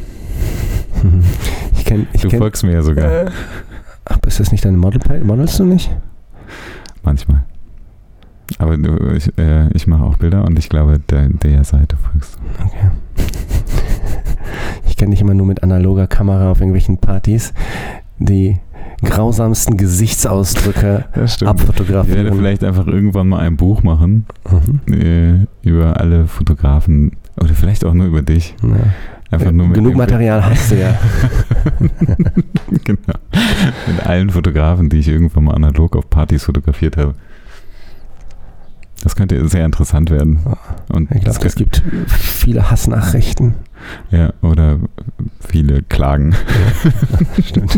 Du folgst mir ja sogar. Ach, ist das nicht deine Model-Page? Modelst du nicht? Manchmal. Aber ich mache auch Bilder und ich glaube, der Seite folgst du. Okay. Ich kenne dich immer nur mit analoger Kamera auf irgendwelchen Partys, die grausamsten Gesichtsausdrücke abfotografieren. Ich werde vielleicht einfach irgendwann mal ein Buch machen über alle Fotografen oder vielleicht auch nur über dich. Ja. Einfach nur mit genug Material hast du ja. Genau. Mit allen Fotografen, die ich irgendwann mal analog auf Partys fotografiert habe. Das könnte sehr interessant werden. Und ich glaube, es gibt viele Hassnachrichten. Ja, oder viele Klagen. Ja, stimmt.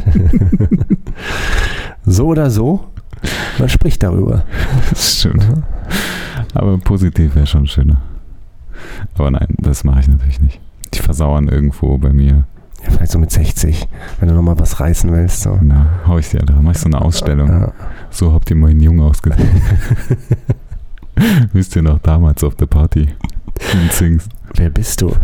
So oder so, man spricht darüber. Das stimmt. Aber positiv wäre schon schöner. Aber nein, das mache ich natürlich nicht. Die versauern irgendwo bei mir. Ja, vielleicht so mit 60, wenn du nochmal was reißen willst. So. Genau, hau ich dir da. Mach ich so eine Ausstellung. Ja. So habt ihr mal jung ausgesehen. Wisst ihr noch damals auf der Party in Zingst? Wer bist du?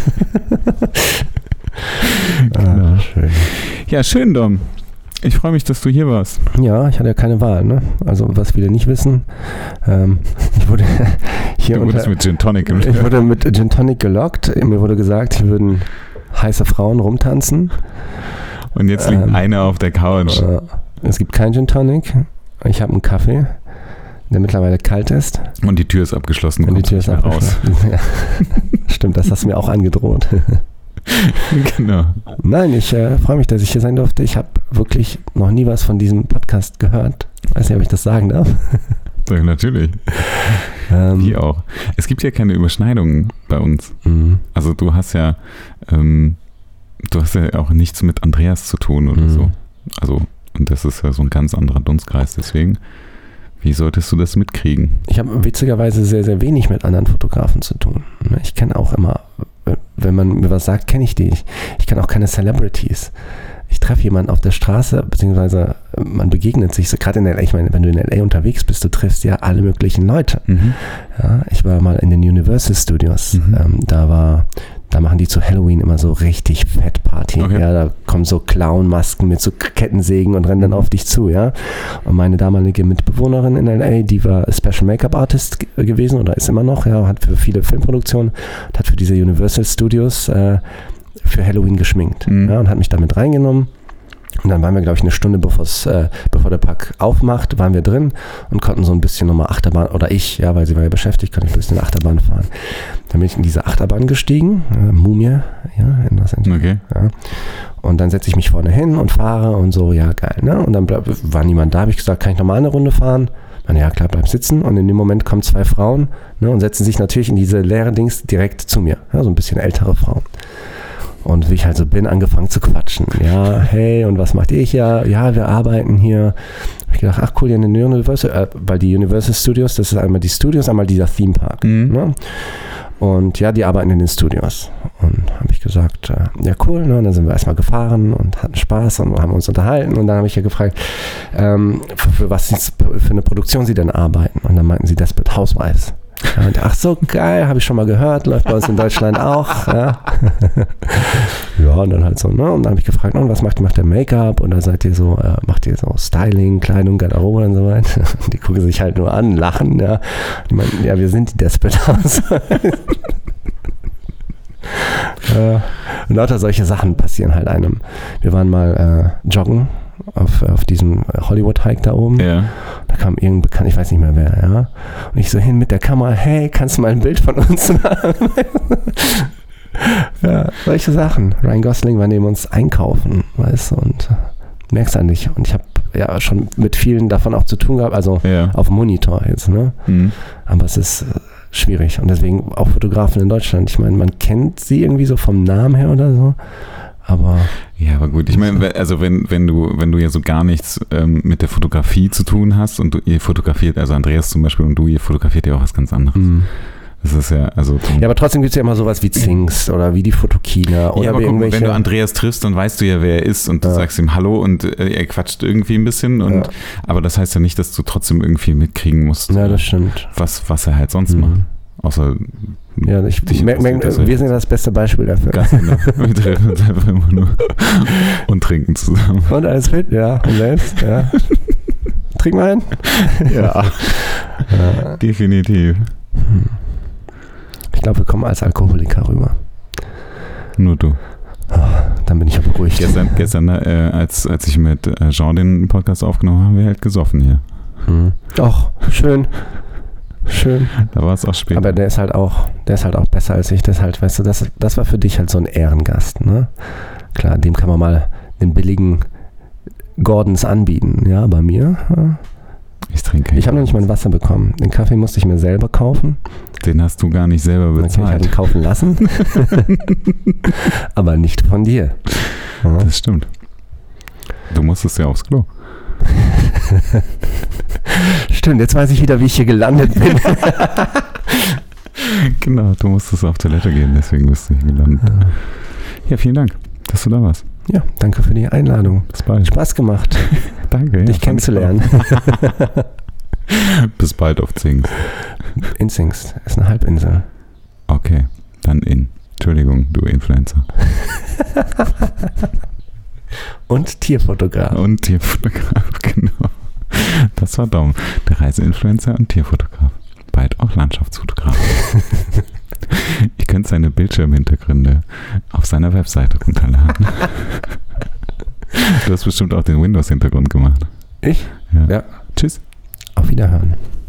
Genau. Schön. Ja, schön, Dom. Ich freue mich, dass du hier warst. Ja, ich hatte ja keine Wahl, ne? Also, was viele nicht wissen, ich wurde hier mit Gin Tonic Ich wurde mit Gin Tonic gelockt. Mir wurde gesagt, hier würden heiße Frauen rumtanzen. Und jetzt liegt eine auf der Couch. Es gibt kein Gin Tonic. Ich habe einen Kaffee, der mittlerweile kalt ist. Und die Tür ist abgeschlossen. Und die Tür ist abgeschlossen. Ja. Stimmt, das hast du mir auch angedroht. Genau. Nein, ich freue mich, dass ich hier sein durfte. Ich habe wirklich noch nie was von diesem Podcast gehört. Weiß nicht, ob ich das sagen darf. Ja, natürlich. Wie auch. Es gibt ja keine Überschneidungen bei uns. Mhm. Also du hast ja auch nichts mit Andreas zu tun oder so. Also, und das ist ja so ein ganz anderer Dunstkreis. Deswegen, wie solltest du das mitkriegen? Ich habe witzigerweise sehr, sehr wenig mit anderen Fotografen zu tun. Ich kenne auch immer, wenn man mir was sagt, kenne ich die. Ich kenne auch keine Celebrities. Ich treffe jemanden auf der Straße, beziehungsweise man begegnet sich, so gerade in L.A., ich meine, wenn du in L.A. unterwegs bist, du triffst ja alle möglichen Leute. Mhm. Ja, ich war mal in den Universal Studios, da machen die zu Halloween immer so richtig Fettparty. Okay. Ja, da kommen so Clownmasken mit so Kettensägen und rennen dann auf dich zu, ja. Und meine damalige Mitbewohnerin in L.A., die war Special Make-up Artist gewesen oder ist immer noch, ja, hat für viele Filmproduktionen, hat für diese Universal Studios für Halloween geschminkt, ja, und hat mich damit reingenommen. Und dann waren wir, glaube ich, eine Stunde bevor der Park aufmacht, waren wir drin und konnten so ein bisschen nochmal Achterbahn, oder ich, ja, weil sie war ja beschäftigt, konnte ich ein bisschen Achterbahn fahren. Dann bin ich in diese Achterbahn gestiegen, Mumie, ja, in Los Angeles. Okay. Ja. Und dann setze ich mich vorne hin und fahre und so, ja, geil, ne? Und dann war niemand da, habe ich gesagt, kann ich nochmal eine Runde fahren? Ja, klar, bleib sitzen. Und in dem Moment kommen zwei Frauen, ne, und setzen sich natürlich in diese leere Dings direkt zu mir, ja, so ein bisschen ältere Frauen. Und wie ich halt so bin, angefangen zu quatschen. Ja, hey, und was macht ihr hier? Ja, wir arbeiten hier. Hab ich gedacht, ach cool, in den Universal, weil die Universal Studios, das ist einmal die Studios, einmal dieser Theme Park. Ne? Und ja, die arbeiten in den Studios. Und habe ich gesagt, ja cool, ne? Und dann sind wir erstmal gefahren und hatten Spaß und haben uns unterhalten. Und dann habe ich ja gefragt, für was für eine Produktion sie denn arbeiten. Und dann meinten sie, Desperate Housewives. Ja, und ach so, geil, habe ich schon mal gehört, läuft bei uns in Deutschland auch. Ja, ja, und dann halt so, ne? Und dann habe ich gefragt, und was macht der Make-up? Oder seid ihr so, macht ihr so Styling, Kleidung, Garderobe und so weiter? Die gucken sich halt nur an, lachen, ja. Die meinten, ja, wir sind die Desperate Housewives. Und lauter solche Sachen passieren halt einem. Wir waren mal joggen auf diesem Hollywood-Hike da oben. Ja. Da kam irgendein Bekannter, ich weiß nicht mehr wer, ja. Und ich so hin mit der Kamera, hey, kannst du mal ein Bild von uns machen? Ja, solche Sachen. Ryan Gosling war neben uns einkaufen, weißt du, und merkst an dich. Und ich habe ja schon mit vielen davon auch zu tun gehabt, also auf dem Monitor jetzt, ne? Mhm. Aber es ist schwierig. Und deswegen auch Fotografen in Deutschland. Ich meine, man kennt sie irgendwie so vom Namen her oder so. Aber ja, aber gut. Ich meine, also wenn du ja so gar nichts mit der Fotografie zu tun hast und ihr fotografiert, also Andreas zum Beispiel und ihr fotografiert ja auch was ganz anderes. Mhm. Das ist ja, also. Ja, aber trotzdem gibt es ja immer sowas wie Zings oder wie die Fotokina oder ja, aber irgendwelche. Wenn du Andreas triffst, dann weißt du ja, wer er ist und du sagst ihm Hallo und er quatscht irgendwie ein bisschen und aber das heißt ja nicht, dass du trotzdem irgendwie mitkriegen musst. Ja, das stimmt. Was er halt sonst macht. Außer ja, wir sind ja das beste Beispiel dafür. Ganz genau. Wir treffen uns einfach immer nur und trinken zusammen. Und alles fit, ja. Und selbst, ja. Trink mal ein. Ja. Definitiv. Ich glaube, wir kommen als Alkoholiker rüber. Nur du. Dann bin ich auch beruhigt. Gestern als ich mit Jean den Podcast aufgenommen habe, haben wir halt gesoffen hier. Ach, schön. Schön. Da war es auch spät. Aber der ist halt auch besser als ich. Das halt, weißt du, das war für dich halt so ein Ehrengast, ne? Klar, dem kann man mal den billigen Gordons anbieten, ja, bei mir. Ja. Ich habe noch nicht mein Wasser bekommen. Den Kaffee musste ich mir selber kaufen. Den hast du gar nicht selber bezahlt. Okay, ich habe ihn kaufen lassen. Aber nicht von dir. Ja. Das stimmt. Du musstest ja aufs Klo. Stimmt, jetzt weiß ich wieder, wie ich hier gelandet bin. Genau, du musstest auf Toilette gehen, deswegen bist du hier gelandet. Ja, vielen Dank, dass du da warst. Ja, danke für die Einladung. Bis bald. Spaß gemacht. Danke. Dich kennenzulernen. Bis bald auf Zings. In Zings, ist eine Halbinsel. Okay, dann Entschuldigung, du Influencer. Und Tierfotograf. Und Tierfotograf, genau. Das war Dom, der Reiseinfluencer und Tierfotograf. Bald auch Landschaftsfotograf. Ihr könnt seine Bildschirmhintergründe auf seiner Webseite runterladen. Du hast bestimmt auch den Windows-Hintergrund gemacht. Ich? Ja. Ja. Tschüss. Auf Wiederhören.